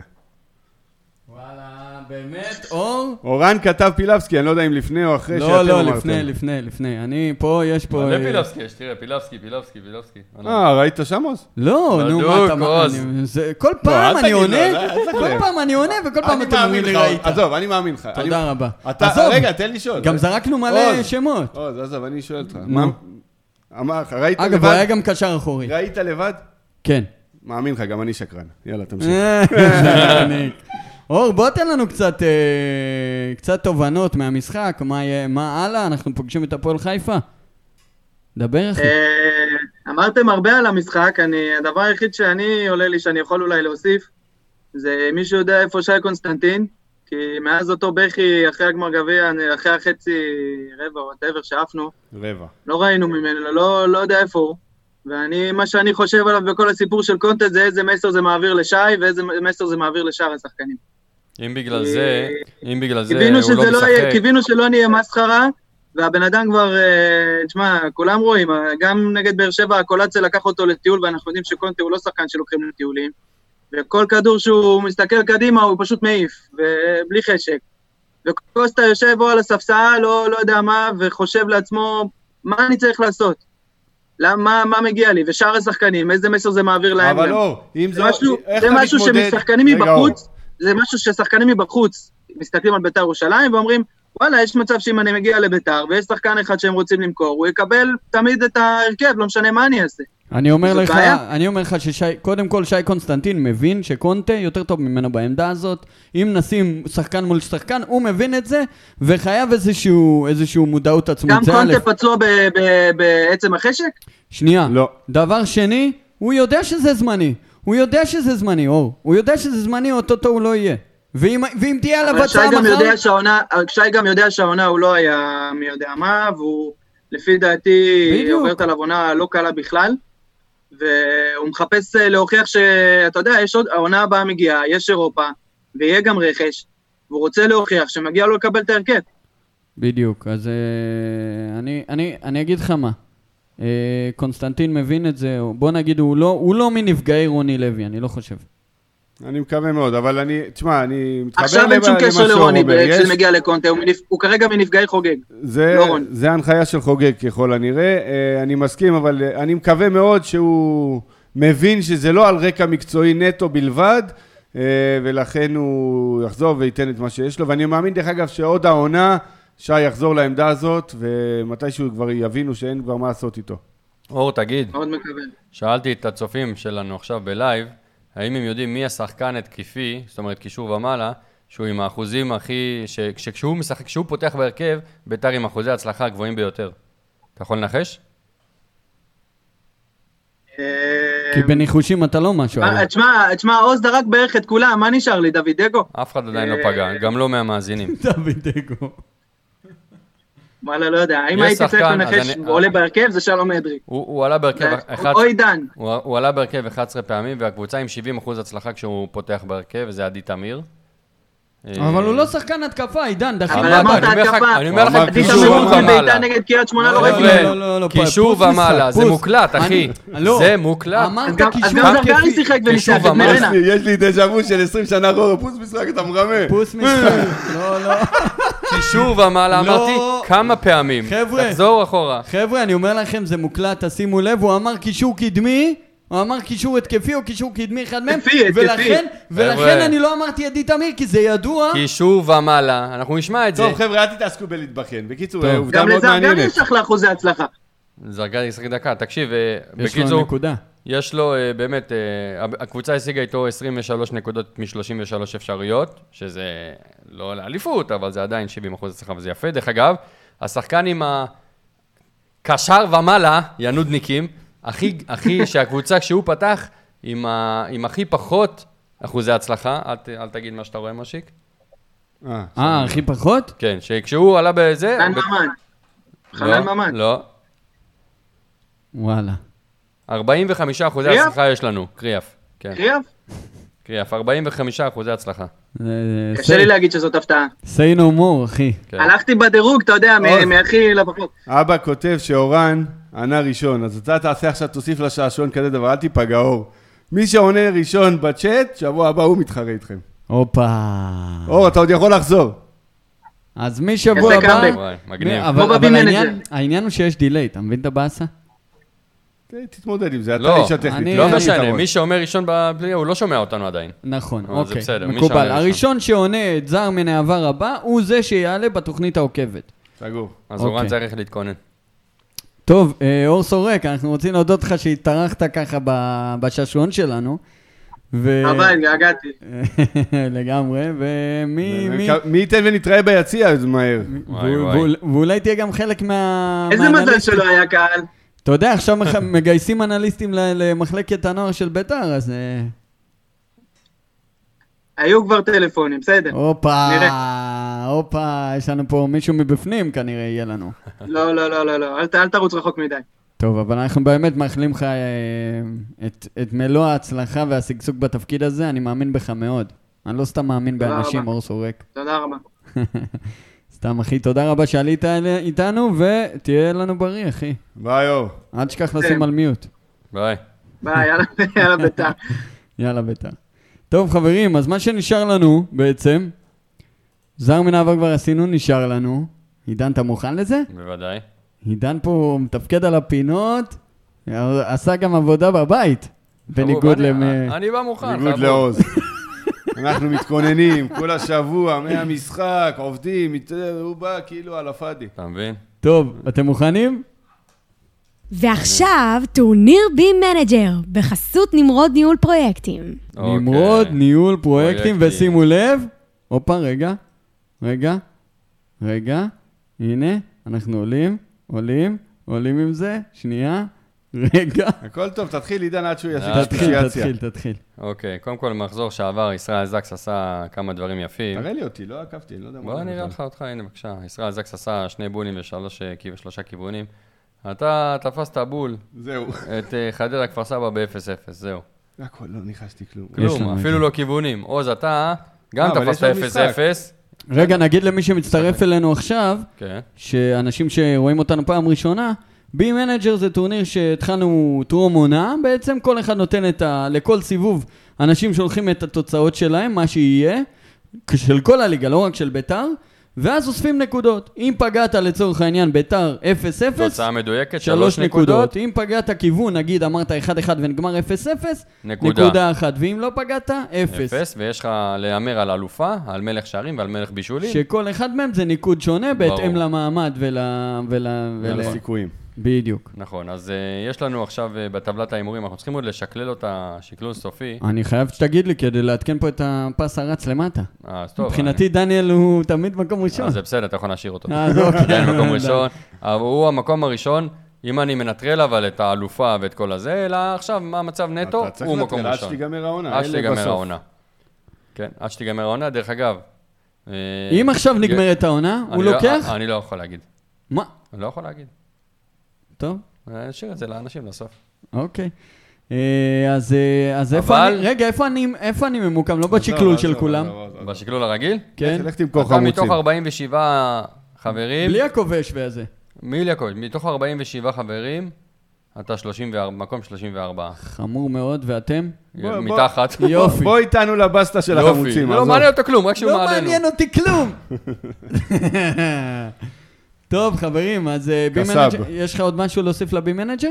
Speaker 2: וואלה, באמת, אור?
Speaker 3: אורן כתב פילבסקי, אני לא יודע אם לפני או אחרי שאתם
Speaker 2: לא,
Speaker 3: אמרתם.
Speaker 2: לא, לפני, לפני, לפני. אני, פה, יש פה...
Speaker 4: מלא
Speaker 2: אה,
Speaker 4: פילבסקי, יש, תראה, פילבסקי, פילבסקי, פילבסקי.
Speaker 3: אה, ראית שם עוז?
Speaker 2: לא, נו, מה
Speaker 4: בדוק,
Speaker 2: אתה... מה,
Speaker 4: עוז.
Speaker 2: אני- זה- כל פעם
Speaker 3: אל
Speaker 2: אני
Speaker 3: תגיד לו,
Speaker 2: עונה,
Speaker 3: אל תגיד
Speaker 2: כל
Speaker 3: לו.
Speaker 2: פעם אני עונה, וכל פעם
Speaker 3: אני
Speaker 2: אתם אומרים
Speaker 3: מאמין
Speaker 2: לי
Speaker 3: לך,
Speaker 2: ראית.
Speaker 3: עזוב, אני מאמין לך.
Speaker 2: תודה
Speaker 3: אני-
Speaker 2: רבה.
Speaker 3: אתה,
Speaker 2: עזוב,
Speaker 3: רגע, תן לי לשאול.
Speaker 2: גם זרקנו מלא
Speaker 3: עוז.
Speaker 2: שמות.
Speaker 3: עוז, עזוב, אני שואל אותך.
Speaker 2: נו.
Speaker 3: מה- אמר לך, ראית לבד?
Speaker 2: אגב, הוא היה גם קשר אחורי.
Speaker 3: ראית לבד?
Speaker 2: כן.
Speaker 3: מאמין לך, גם אני שקרן. יאללה, תמשיך.
Speaker 2: אני- אור, בוא תן לנו קצת, אה, קצת תובנות מהמשחק, מה יהיה- מה הלאה, אנחנו פוגשים את הפועל חיפה. דבר אחי.
Speaker 7: אה, אמרתם הרבה על המשחק, אני, הדבר היחיד שאני עולה לי שאני יכול אולי להוסיף, זה מישהו יודע איפה שי קונסטנטין, כי מאז אותו בכי אחרי הגמר גביע, אני- אחרי החצי רבע או whatever שאפנו,
Speaker 3: רבע.
Speaker 7: לא ראינו ממנו, לא, לא יודע איפה הוא. ואני, מה שאני חושב עליו בכל הסיפור של קונטה זה איזה מסר זה מעביר לשי ואיזה מסר זה מעביר לשאר השחקנים.
Speaker 4: אם בגלל זה, אם בגלל זה
Speaker 7: קיווינו
Speaker 4: הוא
Speaker 7: שזה
Speaker 4: לא
Speaker 7: לא יהיה,
Speaker 4: משחק.
Speaker 7: קיווינו שלא נהיה מסחרה, והבן אדם כבר, אה, תשמע, כולם רואים, אה, גם נגד באר שבע, הקולציה לקח אותו לטיול, ואנחנו יודעים שקונטה הוא לא שחקן שלוקחים לטיולים, וכל כדור שהוא מסתכל קדימה הוא פשוט מעיף, ובלי חשק. וקוסטה יושב בו על הספסל, לא, לא יודע מה, וחושב לעצמו, מה אני צריך לעשות? למה, מה מגיע לי? ושאר השחקנים, איזה מסר זה מעביר להם?
Speaker 3: אבל
Speaker 7: גם?
Speaker 3: לא, אם
Speaker 7: זה
Speaker 3: זה...
Speaker 7: משהו,
Speaker 3: איך
Speaker 7: זה
Speaker 3: אתה
Speaker 7: משהו
Speaker 3: מתמודד?
Speaker 7: ששחקנים
Speaker 3: רגע,
Speaker 7: מבחוץ, זה משהו ששחקנים מבחוץ מסתכלים על ביתר ירושלים ואומרים, וואלה, יש מצב שאם אני מגיע לביתר ויש שחקן אחד שהם רוצים למכור, הוא יקבל תמיד את ההרכב, לא משנה מה אני אעשה.
Speaker 2: אני אומר
Speaker 7: זאת
Speaker 2: לך,
Speaker 7: בעיה?
Speaker 2: אני אומר לך שקודם כל שי קונסטנטין מבין שקונטה יותר טוב ממנו בעמדה הזאת. אם נשים שחקן מול שחקן, הוא מבין את זה, וחייב איזשהו, איזשהו מודעות עצמית.
Speaker 7: גם
Speaker 2: זה
Speaker 7: קונטה
Speaker 2: א'.
Speaker 7: פצוע ב- ב- בעצם החשק?
Speaker 2: שנייה.
Speaker 3: לא.
Speaker 2: דבר שני, הוא יודע שזה זמני. הוא יודע שזה זמני, אור. הוא יודע שזה זמני, אוטוטו הוא לא יהיה. ואם, ואם תהיה עליו
Speaker 7: אבל שי
Speaker 2: הצעה
Speaker 7: גם
Speaker 2: מחר...
Speaker 7: יודע שהעונה, שי גם יודע שהעונה הוא לא היה מי יודע מה, והוא לפי דעתי
Speaker 2: בדיוק.
Speaker 7: עוברת עליו עונה לא קלה בכלל, והוא מחפש אה, להוכיח שאתה יודע, יש עוד, העונה הבאה מגיעה, יש אירופה, ויהיה גם רכש, והוא רוצה להוכיח שמגיע לו לקבל את ההרכב.
Speaker 2: בדיוק, אז אה, אני, אני, אני אגיד לך מה. אה, קונסטנטין מבין את זה, בוא נגיד, הוא לא, הוא לא מנפגעי רוני לוי, אני לא חושב.
Speaker 3: אני מקווה מאוד, אבל אני... תשמע, אני מתחבר
Speaker 7: עכשיו אין שום
Speaker 3: למה
Speaker 7: קשר
Speaker 3: שהוא
Speaker 7: לרוני
Speaker 3: אומר. יש-
Speaker 7: כשזה מגיע לקונטה, הוא מנפ- הוא כרגע מנפגעי חוגג.
Speaker 3: זה,
Speaker 7: לא רוני.
Speaker 3: זה ההנחיה של חוגג ככל הנראה, אה, אני מסכים, אבל אה, אני מקווה מאוד שהוא מבין שזה לא על רקע מקצועי נטו בלבד, אה, ולכן הוא יחזור וייתן את מה שיש לו, ואני מאמין דרך אגב שעוד העונה, שי יחזור לעמדה הזאת, ומתישהו כבר יבינו שאין כבר מה לעשות איתו.
Speaker 4: אור, תגיד,
Speaker 7: מאוד מקווה.
Speaker 4: שאלתי את הצופים שלנו עכשיו בלייב, האם הם יודעים מי השחקן התקפי, זאת אומרת קישור ומעלה, שהוא עם האחוזים הכי, ש- שכשהוא משחק, כשהוא פותח בהרכב, ביתר עם אחוזי הצלחה הגבוהים ביותר. אתה אתה יכול לנחש?
Speaker 2: כי בניחושים אתה לא משהו.
Speaker 7: תשמע, תשמע, עוז דרק בערך את כולם, מה נשאר לי, דוד דגו?
Speaker 4: אף אחד עדיין לא פגע, גם לא מהמאזינים.
Speaker 2: דוד דגו.
Speaker 7: וואלה, לא יודע, אם הייתי צריך לנחש ועולה בהרכב, זה שלום אדרי.
Speaker 4: הוא עלה בהרכב...
Speaker 7: או עידן.
Speaker 4: הוא עלה בהרכב אחת עשרה פעמים, והקבוצה עם שבעים אחוז הצלחה כשהוא פותח בהרכב, וזה עדי תמיר.
Speaker 2: אבל הוא לא שחקן התקפה, עידן, דחים.
Speaker 7: אבל אמרת התקפה.
Speaker 4: אני אומר לכם,
Speaker 7: קישור ומעלה. נגד קריית שמונה לא ראיתי.
Speaker 4: קישור ומעלה, זה מוקלט, אחי. זה מוקלט.
Speaker 7: אז גם זרגרי שיחק וניסח את מרנה.
Speaker 3: יש לי דז'ה וו של עשרים שנה אחורה, פוס משחק, אתה מרמה.
Speaker 2: פוס משחק, לא, לא.
Speaker 4: קישור ומעלה, אמרתי כמה פעמים. תחזור אחורה.
Speaker 2: חבר'ה, אני אומר לכם, זה מוקלט, תשימו לב, הוא אמר קישור קדמי, הוא אמר קישור התקפי או קישור קדמי אחד מהם, ולכן, ולכן אני לא אמרתי עדי תמיר, כי זה ידוע.
Speaker 4: קישור ומעלה, אנחנו נשמע את זה.
Speaker 3: טוב חבר'ה, אל תתעסקו בלהתבחן. בקיצור, עובדה מאוד
Speaker 7: גם
Speaker 3: מעניינת.
Speaker 7: לזרגרי יש לך לאחוזי הצלחה.
Speaker 4: זרגרי ישחק דקה, תקשיב,
Speaker 2: יש לו נקודה.
Speaker 4: יש לו באמת, הקבוצה השיגה איתו עשרים ושלוש נקודות מ-שלושים ושלוש אפשרויות, שזה לא לאליפות, אבל זה עדיין שבעים אחוז הצלחה וזה יפה. דרך אגב, השחקן עם הקשר ומעלה, ינודניקים, הכי, הכי, שהקבוצה כשהוא פתח עם, ה, עם הכי פחות אחוזי הצלחה, אל, אל תגיד מה שאתה רואה משיק.
Speaker 2: אה, הכי פחות?
Speaker 4: כן, שכשהוא עלה בזה...
Speaker 7: חנן ממן. חנן ממן.
Speaker 4: לא.
Speaker 2: וואלה.
Speaker 4: ארבעים וחמישה אחוזי הצלחה יש לנו, קריאף.
Speaker 7: קריאף?
Speaker 4: קריאף, ארבעים וחמישה אחוזי הצלחה.
Speaker 7: קשה לי להגיד שזאת הפתעה.
Speaker 2: say no more, אחי.
Speaker 7: הלכתי בדירוג, אתה יודע, מהכי לפחות.
Speaker 3: אבא כותב שאורן ענה ראשון, אז אתה תעשה עכשיו, תוסיף לשעשון כזה דבר, אל תיפגע אור. מי שעונה ראשון בצ'אט, שבוע הבא הוא מתחרה איתכם.
Speaker 2: הופה.
Speaker 3: אור, אתה עוד יכול לחזור.
Speaker 2: אז מי שבוע הבא...
Speaker 4: מגניב.
Speaker 2: אבל העניין הוא שיש דיליי, אתה מבין את הבאסה?
Speaker 3: תתמודד עם זה, אתה
Speaker 4: לא,
Speaker 3: איש הטכנית.
Speaker 4: לא משנה, מי שאומר ראשון בפליאה, הוא לא שומע אותנו עדיין.
Speaker 2: נכון,
Speaker 4: אבל זה
Speaker 2: אוקיי,
Speaker 4: בסדר, מי
Speaker 2: מקובל.
Speaker 4: שעונה
Speaker 2: הראשון שעונה את זר מן העבר הבא, הוא זה שיעלה בתוכנית העוקבת.
Speaker 3: סגור.
Speaker 4: אז
Speaker 2: אוקיי.
Speaker 4: אורן צריך להתכונן.
Speaker 2: טוב, אה, אור סורק, אנחנו רוצים להודות לך שהתארחת ככה ב- בשעשועון שלנו. ו...
Speaker 7: אבל, געגעתי.
Speaker 2: לגמרי, ומי... מי...
Speaker 3: מי ייתן ונתראה ביציע אז מהר.
Speaker 4: וואי,
Speaker 2: ו-
Speaker 4: וואי.
Speaker 2: ו- ואולי תהיה גם חלק מה...
Speaker 7: איזה מזל
Speaker 2: מהאנליסטים.
Speaker 7: שלא היה קהל.
Speaker 2: אתה יודע, עכשיו מח- מגייסים אנליסטים ל- למחלקת הנוער של ביתר, אז... אה,
Speaker 7: היו כבר טלפונים, בסדר.
Speaker 2: הופה,
Speaker 7: נראה.
Speaker 2: הופה, יש לנו פה מישהו מבפנים כנראה יהיה לנו.
Speaker 7: לא, לא, לא, לא, לא, אל ת- אל תרוץ רחוק מדי.
Speaker 2: טוב, אבל אנחנו באמת מאחלים לך אה, את, את מלוא ההצלחה והשגשוג בתפקיד הזה, אני מאמין בך מאוד. אני לא סתם מאמין
Speaker 7: תודה
Speaker 2: באנשים,
Speaker 7: רבה.
Speaker 2: אור סורק.
Speaker 7: תודה רבה.
Speaker 2: סתם, אחי, תודה רבה שעלית איתנו, ותהיה לנו בריא, אחי.
Speaker 3: ביי אור.
Speaker 2: אל תשכח לשים על מיוט.
Speaker 4: ביי.
Speaker 7: ביי, יאללה, יאללה ביתר.
Speaker 2: יאללה, ביתר. טוב, חברים, אז מה שנשאר לנו בעצם, זר מן העבר כבר עשינו, נשאר לנו. עידן, אתה מוכן לזה?
Speaker 4: בוודאי.
Speaker 2: עידן פה מתפקד על הפינות, עשה גם עבודה בבית, בניגוד למ...
Speaker 4: אני בא מוכן.
Speaker 3: בניגוד לעוז. אנחנו מתכוננים כל השבוע מהמשחק, עובדים, הוא בא כאילו על הפאדי.
Speaker 4: אתה מבין?
Speaker 2: טוב, אתם מוכנים?
Speaker 1: ועכשיו, טורניר בי מנג'ר, בחסות נמרוד ניהול פרויקטים.
Speaker 2: נמרוד, ניהול פרויקטים, ושימו לב, הופה, רגע, רגע, רגע, הנה, אנחנו עולים, עולים, עולים עם זה, שנייה, רגע.
Speaker 3: הכל טוב, תתחיל עידן עד שהוא יעשה את
Speaker 2: תתחיל,
Speaker 3: הספציאציה.
Speaker 2: תתחיל, תתחיל.
Speaker 4: אוקיי, קודם כל מחזור שעבר, ישראל זקס עשה כמה דברים יפים.
Speaker 3: תראה לי אותי, לא עקבתי, אני לא יודע מה.
Speaker 4: בוא נראה לך אותך, הנה בבקשה. ישראל זקס עשה שני בולים ושלושה כיוונים. אתה תפסת בול.
Speaker 3: זהו.
Speaker 4: את חדרה כפר סבא ב-אפס אפס, זהו.
Speaker 3: הכל, לא ניחשתי כלום.
Speaker 4: כלום, אפילו לא כיוונים. עוז, אתה גם תפסת אפס אפס.
Speaker 2: רגע, נגיד למי שמצטרף אלינו עכשיו,
Speaker 4: כן.
Speaker 2: שאנשים שרואים אותנו פעם ראשונה, בי מנג'ר זה טורניר שהתחלנו טרום עונה, בעצם כל אחד נותן את ה... לכל סיבוב אנשים שולחים את התוצאות שלהם, מה שיהיה, של כל הליגה, לא רק של ביתר, ואז אוספים נקודות. אם פגעת לצורך העניין ביתר אפס אפס,
Speaker 4: תוצאה מדויקת,
Speaker 2: שלוש נקודות. אם פגעת כיוון, נגיד אמרת אחד אחד ונגמר אפס אפס,
Speaker 4: נקודה.
Speaker 2: נקודה אחת. ואם לא פגעת, אפס.
Speaker 4: אפס, ויש לך להיאמר על אלופה, על מלך שערים ועל מלך בישולים.
Speaker 2: שכל אחד מהם זה ניקוד שונה, בהתאם למעמד ול... ול...
Speaker 3: ולסיכויים.
Speaker 2: בדיוק.
Speaker 4: נכון, אז uh, יש לנו עכשיו uh, בטבלת האימורים, אנחנו צריכים עוד לשקלל אותה שקלול סופי.
Speaker 2: אני חייב שתגיד לי כדי להתקן פה את הפס הרץ למטה.
Speaker 4: אה, אז טוב.
Speaker 2: מבחינתי
Speaker 4: אני...
Speaker 2: דניאל הוא תמיד מקום ראשון.
Speaker 4: אז זה בסדר, אתה יכול להשאיר אותו.
Speaker 2: אז אוקיי.
Speaker 4: דניאל מקום ראשון, אבל הוא המקום הראשון, אם אני מנטרל אבל את האלופה ואת כל הזה, אלא עכשיו מה המצב נטו, הוא מקום ראשון.
Speaker 3: עד שתיגמר העונה.
Speaker 4: עד שתיגמר העונה. כן, עד שתיגמר העונה, דרך אגב.
Speaker 2: אם עכשיו נגמרת העונה, הוא לוקח?
Speaker 4: אני לא יכול להגיד.
Speaker 2: מה?
Speaker 4: אני לא יכול להגיד.
Speaker 2: טוב.
Speaker 4: נשאיר את זה לאנשים לסוף.
Speaker 2: אוקיי. אז איפה אני, רגע, איפה אני ממוקם? לא בשקלול של כולם.
Speaker 4: בשקלול הרגיל?
Speaker 2: כן.
Speaker 3: לך תמכור חמוצים.
Speaker 4: מתוך ארבעים ושבעה חברים.
Speaker 2: בלי הכובש והזה.
Speaker 4: בלי הכובש. מתוך ארבעים ושבעה חברים, אתה מקום שלושים וארבע.
Speaker 2: חמור מאוד, ואתם?
Speaker 4: מתחת.
Speaker 2: יופי.
Speaker 3: בוא איתנו לבסטה של החמוצים.
Speaker 4: לא מעניין אותו כלום, רק שהוא
Speaker 2: לא
Speaker 4: מעלינו.
Speaker 2: לא מעניין אותי כלום. טוב, חברים, אז בי מנג'ר, יש לך עוד משהו להוסיף לבי מנג'ר?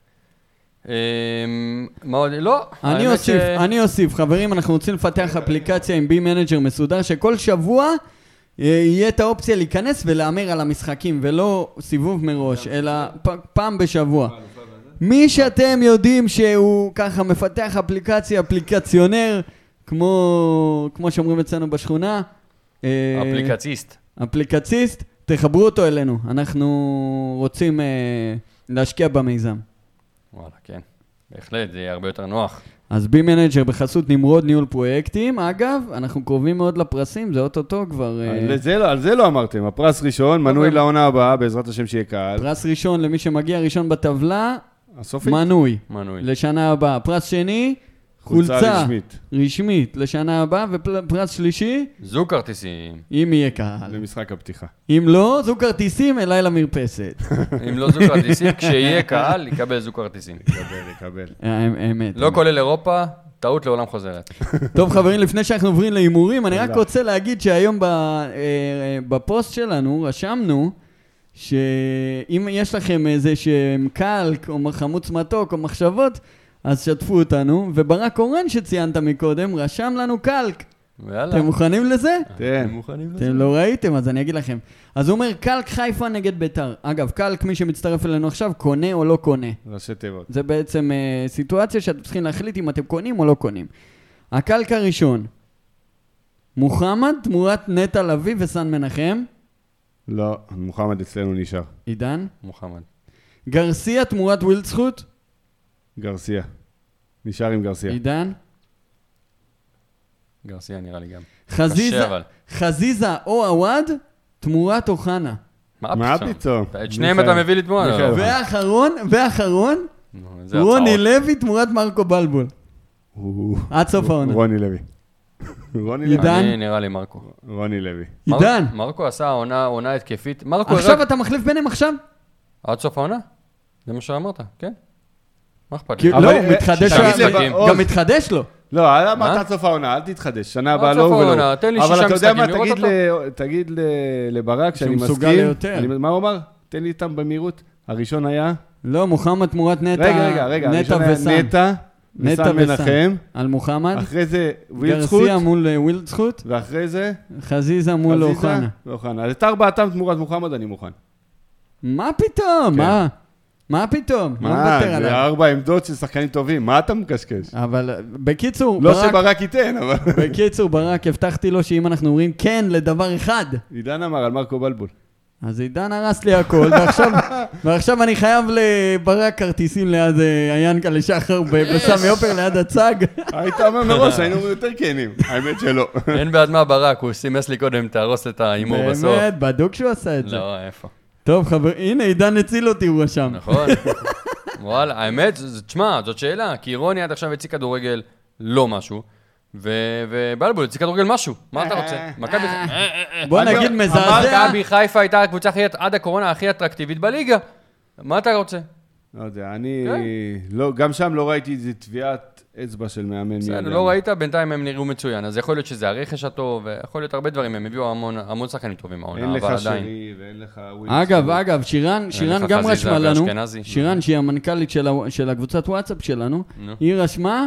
Speaker 4: מה עוד? לא.
Speaker 2: אני אוסיף, אני אוסיף. חברים, אנחנו רוצים לפתח אפליקציה עם בי מנג'ר מסודר, שכל שבוע יהיה את האופציה להיכנס ולאמר על המשחקים, ולא סיבוב מראש, אלא פעם בשבוע. מי שאתם יודעים שהוא ככה מפתח אפליקציה, אפליקציונר, כמו שאומרים אצלנו בשכונה.
Speaker 4: אפליקציסט.
Speaker 2: אפליקציסט. תחברו אותו אלינו, אנחנו רוצים אה, להשקיע במיזם.
Speaker 4: וואלה, כן. בהחלט, זה יהיה הרבה יותר נוח.
Speaker 2: אז בי מנג'ר בחסות נמרוד ניהול פרויקטים. אגב, אנחנו קרובים מאוד לפרסים, זה אוטוטו כבר...
Speaker 3: על זה, על זה לא אמרתם. הפרס ראשון, מנוי לעונה הבאה, בעזרת השם שיהיה קהל.
Speaker 2: פרס ראשון למי שמגיע ראשון בטבלה,
Speaker 3: הסופית?
Speaker 2: מנוי.
Speaker 4: מנוי.
Speaker 2: לשנה הבאה. פרס שני, חולצה,
Speaker 3: חולצה רשמית.
Speaker 2: רשמית לשנה הבאה, ופרס שלישי,
Speaker 4: זוג כרטיסים.
Speaker 2: אם יהיה קהל.
Speaker 3: למשחק הפתיחה.
Speaker 2: אם לא, זוג כרטיסים אליי למרפסת.
Speaker 4: אם לא זוג כרטיסים, כשיהיה קהל, יקבל זוג כרטיסים.
Speaker 3: יקבל, יקבל.
Speaker 2: האמת.
Speaker 4: לא כולל אירופה, טעות לעולם חוזרת.
Speaker 2: טוב חברים, לפני שאנחנו עוברים לאימורים, אני רק רוצה להגיד שהיום בפוסט שלנו רשמנו, שאם יש לכם איזה שהם קלק או חמוץ מתוק או מחשבות, אז שתפו אותנו, וברק אורן שציינת מקודם, רשם לנו קלק.
Speaker 4: ויאללה.
Speaker 2: אתם מוכנים לזה?
Speaker 3: כן.
Speaker 2: אתם לא ראיתם, אז אני אגיד לכם. אז הוא אומר, קלק חיפה נגד ביתר. אגב, קלק, מי שמצטרף אלינו עכשיו, קונה או לא קונה.
Speaker 3: ראשי תיבות.
Speaker 2: זה בעצם uh, סיטואציה שאתם צריכים להחליט אם אתם קונים או לא קונים. הקלק הראשון, מוחמד תמורת נטע לביא וסן מנחם.
Speaker 3: לא, מוחמד אצלנו נשאר.
Speaker 2: עידן?
Speaker 4: מוחמד.
Speaker 2: גרסיה תמורת וילדסחוט.
Speaker 3: גרסיה. נשאר עם גרסיה.
Speaker 2: עידן?
Speaker 4: גרסיה נראה לי גם.
Speaker 2: חזיזה, חזיזה או עווד תמורת אוחנה.
Speaker 3: מה פתאום?
Speaker 4: את שניהם אתה מביא לי תמורת.
Speaker 2: ואחרון, ואחרון, רוני לוי תמורת מרקו בלבול. עד סוף העונה.
Speaker 3: רוני לוי.
Speaker 2: עידן?
Speaker 4: אני נראה לי מרקו.
Speaker 3: רוני לוי.
Speaker 2: עידן?
Speaker 4: מרקו עשה עונה התקפית.
Speaker 2: עכשיו אתה מחליף ביניהם עכשיו?
Speaker 4: עד סוף העונה? זה מה שאמרת, כן? מה אכפת?
Speaker 2: לא, הוא מתחדש, גם מתחדש לו.
Speaker 3: לא, אמרת עד סוף העונה, אל תתחדש, שנה הבאה לא
Speaker 4: ולא. עד סוף העונה, תן לי שישה משחקים לראות אותו.
Speaker 3: אבל אתה יודע מה, תגיד לברק שאני מסכים, מה הוא אמר? תן לי איתם במהירות. הראשון היה?
Speaker 2: לא, מוחמד תמורת נטע,
Speaker 3: רגע, רגע, רגע,
Speaker 2: נטע וסן.
Speaker 3: נטע, וסן מנחם.
Speaker 2: על מוחמד.
Speaker 3: אחרי זה וילדסחוט.
Speaker 2: גרסיה מול וילדסחוט.
Speaker 3: ואחרי זה?
Speaker 2: חזיזה מול אוחנה.
Speaker 3: אוחנה. אז את ארבעתם תמורת מוחמד אני מוכן.
Speaker 2: מה פתאום? מה? מה פתאום?
Speaker 3: מה? זה ארבע עמדות של שחקנים טובים, מה אתה מקשקש?
Speaker 2: אבל בקיצור,
Speaker 3: לא שברק ייתן, אבל...
Speaker 2: בקיצור, ברק, הבטחתי לו שאם אנחנו אומרים כן לדבר אחד.
Speaker 3: עידן אמר על מרקו בלבול.
Speaker 2: אז עידן הרס לי הכל, ועכשיו אני חייב לברק כרטיסים ליד היינקה לשחר בסמי אופר ליד הצג.
Speaker 3: היית אומר מראש, היינו יותר כנים, האמת שלא.
Speaker 4: אין בעד מה ברק, הוא סימס לי קודם, תהרוס את האימור בסוף.
Speaker 2: באמת, בדוק שהוא עשה את זה.
Speaker 4: לא, איפה.
Speaker 2: טוב חבר, הנה עידן הציל אותי, הוא רשם.
Speaker 4: נכון. וואלה, האמת, תשמע, זאת שאלה, כי רוני עד עכשיו הציג כדורגל לא משהו, ובלבול הציג כדורגל משהו. מה אתה רוצה?
Speaker 2: בוא נגיד מזעזע.
Speaker 4: מכבי חיפה הייתה הקבוצה עד הקורונה הכי אטרקטיבית בליגה. מה אתה רוצה?
Speaker 3: לא יודע, אני... גם שם לא ראיתי איזה תביעת אצבע של מאמן.
Speaker 4: בסדר, לא ראית, בינתיים הם נראו מצוין, אז יכול להיות שזה הרכש הטוב, ויכול להיות הרבה דברים, הם הביאו המון שחקנים טובים מהעונה,
Speaker 3: אבל עדיין. אין לך שרי ואין לך ווילס.
Speaker 2: אגב, אגב, שירן, שירן גם רשמה לנו, שירן שהיא המנכ"לית של הקבוצת וואטסאפ שלנו, היא רשמה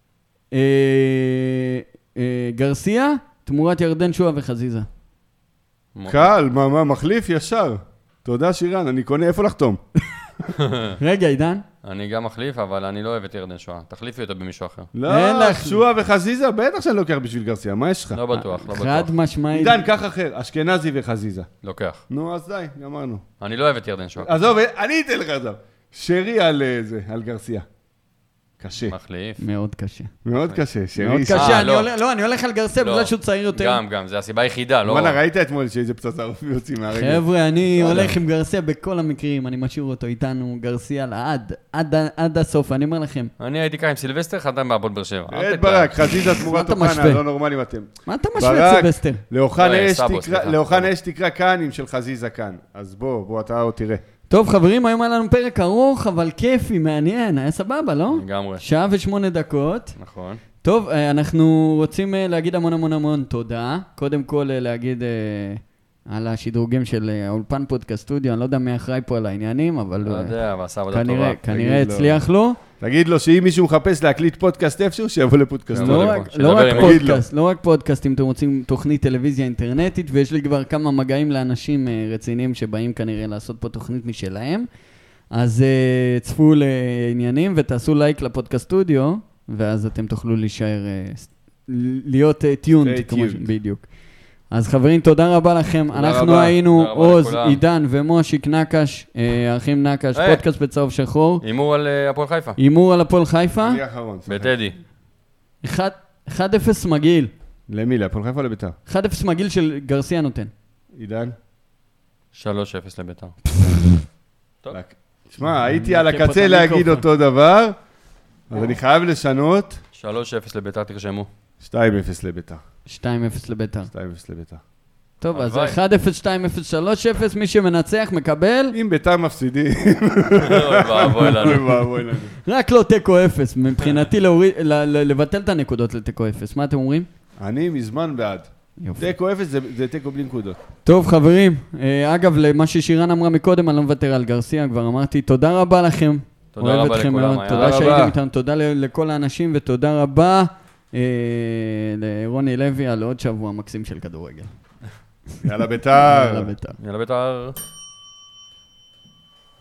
Speaker 2: גרסיה, תמורת ירדן שועה וחזיזה.
Speaker 3: קל, מה, מחליף ישר. תודה שירן, אני קונה איפה לחתום.
Speaker 2: רגע, עידן?
Speaker 4: אני גם מחליף, אבל אני לא אוהב את ירדן שואה. תחליפי אותו במישהו אחר.
Speaker 2: אין
Speaker 3: לא,
Speaker 2: לך.
Speaker 3: שועה וחזיזה, בטח שאני לוקח בשביל גרסיה, מה יש לך?
Speaker 4: לא בטוח, לא
Speaker 2: חד
Speaker 4: בטוח.
Speaker 2: משמעית.
Speaker 3: עידן, קח אחר, אשכנזי וחזיזה.
Speaker 4: לוקח.
Speaker 3: נו, אז די, גמרנו.
Speaker 4: אני לא אוהב את ירדן שואה.
Speaker 3: עזוב, אני אתן לך עכשיו. שרי על אה, זה, על גרסיה. קשה.
Speaker 4: מחליף.
Speaker 2: מאוד קשה.
Speaker 3: מאוד קשה, שרי.
Speaker 2: מאוד
Speaker 3: ש-
Speaker 2: קשה,
Speaker 4: אה,
Speaker 2: אני
Speaker 4: לא.
Speaker 2: הולך- לא, אני הולך על גרסיה
Speaker 4: לא.
Speaker 2: בגלל שהוא צעיר יותר.
Speaker 4: גם, גם, זה הסיבה היחידה, לא...
Speaker 3: וואלה, ראית אתמול שאיזה פצצה רופי יוצאים מהרגל.
Speaker 2: חבר'ה, אני הולך עם גרסיה בכל המקרים, אני משאיר אותו איתנו, גרסיה לעד, עד- עד הסוף, אני אומר לכם.
Speaker 4: אני הייתי כאן עם סילבסטר, חתם בהפועל באר שבע. אל
Speaker 3: רד
Speaker 4: תתלהב.
Speaker 3: ברק, חזיזה
Speaker 2: מה
Speaker 3: תמורת
Speaker 2: אתה
Speaker 3: אוחנה,
Speaker 2: משווה?
Speaker 3: לא נורמלים אתם.
Speaker 2: מה אתה משווה
Speaker 3: ברק,
Speaker 2: את סילבסטר?
Speaker 3: לאוחנה
Speaker 4: לא,
Speaker 3: אש
Speaker 4: סבו,
Speaker 3: תקרא-
Speaker 4: סליחה.
Speaker 3: לאוחנה אש תקרא קאנים של חזיזה כאן. אז בוא, בוא, אתה עוד תראה.
Speaker 2: טוב, חברים, היום היה לנו פרק ארוך, אבל כיפי, מעניין, היה סבבה, לא?
Speaker 4: לגמרי.
Speaker 2: שעה ושמונה דקות.
Speaker 4: נכון.
Speaker 2: טוב, אה, אנחנו רוצים אה, להגיד המון המון המון תודה. קודם כל אה, להגיד אה, על השדרוגים של אה, האולפן פודקאסט סטודיו, אני לא יודע מי אחראי פה על העניינים, אבל
Speaker 4: לא
Speaker 2: אה,
Speaker 4: יודע, אבל עשה עבודה
Speaker 2: כנראה,
Speaker 4: טובה.
Speaker 2: כנראה
Speaker 3: תגיד לו.
Speaker 2: הצליח לו.
Speaker 3: תגיד לו שאם מישהו מחפש להקליט פודקאסט איפשהו, שיבוא לפודקאסט.
Speaker 4: שיבוא
Speaker 2: לא
Speaker 4: לפה,
Speaker 2: רק-
Speaker 4: שידבר
Speaker 2: לא רק
Speaker 4: עם
Speaker 3: תגיד לו.
Speaker 2: פודקאסט, לא רק פודקאסט, אם אתם רוצים תוכנית טלוויזיה אינטרנטית, ויש לי כבר כמה מגעים לאנשים אה, רציניים שבאים כנראה לעשות פה תוכנית משלהם. אז אה, צפו לעניינים ותעשו לייק לפודקאסט סטודיו, ואז אתם תוכלו להישאר, אה, ס- להיות טיונד,
Speaker 3: Stay tuned.
Speaker 2: בדיוק. אז חברים, תודה רבה לכם.
Speaker 3: תודה
Speaker 2: אנחנו
Speaker 3: רבה.
Speaker 2: היינו
Speaker 4: תודה רבה
Speaker 2: עוז,
Speaker 4: לכולם.
Speaker 2: עידן ומושיק נקש, אה, האחים נקש,
Speaker 4: היי.
Speaker 2: פודקאסט בצהוב שחור.
Speaker 4: הימור על אה, הפועל חיפה.
Speaker 2: הימור על הפועל חיפה,
Speaker 3: אני האחרון. סליחה.
Speaker 4: בטדי.
Speaker 2: אחד- אחד אפס מגעיל.
Speaker 3: למי? להפועל חיפה או לביתר?
Speaker 2: אחד אפס מגעיל של גרסיה נותן.
Speaker 3: עידן?
Speaker 4: שלוש אפס לביתר. טוב.
Speaker 3: רק- שמע, הייתי על
Speaker 2: נקה פה את
Speaker 3: הקצה להגיד
Speaker 2: המיקרופון.
Speaker 3: אותו דבר, אז אני חייב לשנות.
Speaker 4: שלוש אפס לביתר, תרשמו.
Speaker 3: שתיים אפס לביתר.
Speaker 2: שתיים אפס לביתר.
Speaker 3: שתיים אפס לביתר.
Speaker 2: טוב, אז
Speaker 4: הלוואי.
Speaker 2: אחד אפס, שתיים אפס, שלוש אפס, מי שמנצח מקבל,
Speaker 3: אם ביתר מפסידים,
Speaker 4: אוי ואבוי
Speaker 3: אוי
Speaker 4: לנו.
Speaker 3: ואבוי לנו.
Speaker 2: רק לא תיקו אפס. מבחינתי להוריד- ל- ל- לבטל את הנקודות לתיקו אפס. מה אתם אומרים?
Speaker 3: אני מזמן בעד.
Speaker 2: יופי.
Speaker 3: תיקו אפס זה- זה תיקו בלי נקודות.
Speaker 2: טוב, חברים, אה, אגב, למה ששירן אמרה מקודם, אני לא מוותר על גרסיה, כבר אמרתי, תודה רבה לכם.
Speaker 4: תודה
Speaker 2: אוהב
Speaker 4: רבה
Speaker 2: אתכם
Speaker 4: לכולם,
Speaker 2: מאוד.
Speaker 4: היה
Speaker 2: תודה
Speaker 3: רבה.
Speaker 2: שהייתם איתנו, תודה ל- לכל האנשים, ותודה רבה אה, לרוני לוי על עוד שבוע מקסים של כדורגל.
Speaker 3: יאללה ביתר.
Speaker 2: יאללה, בית"ר.
Speaker 4: יאללה ביתר.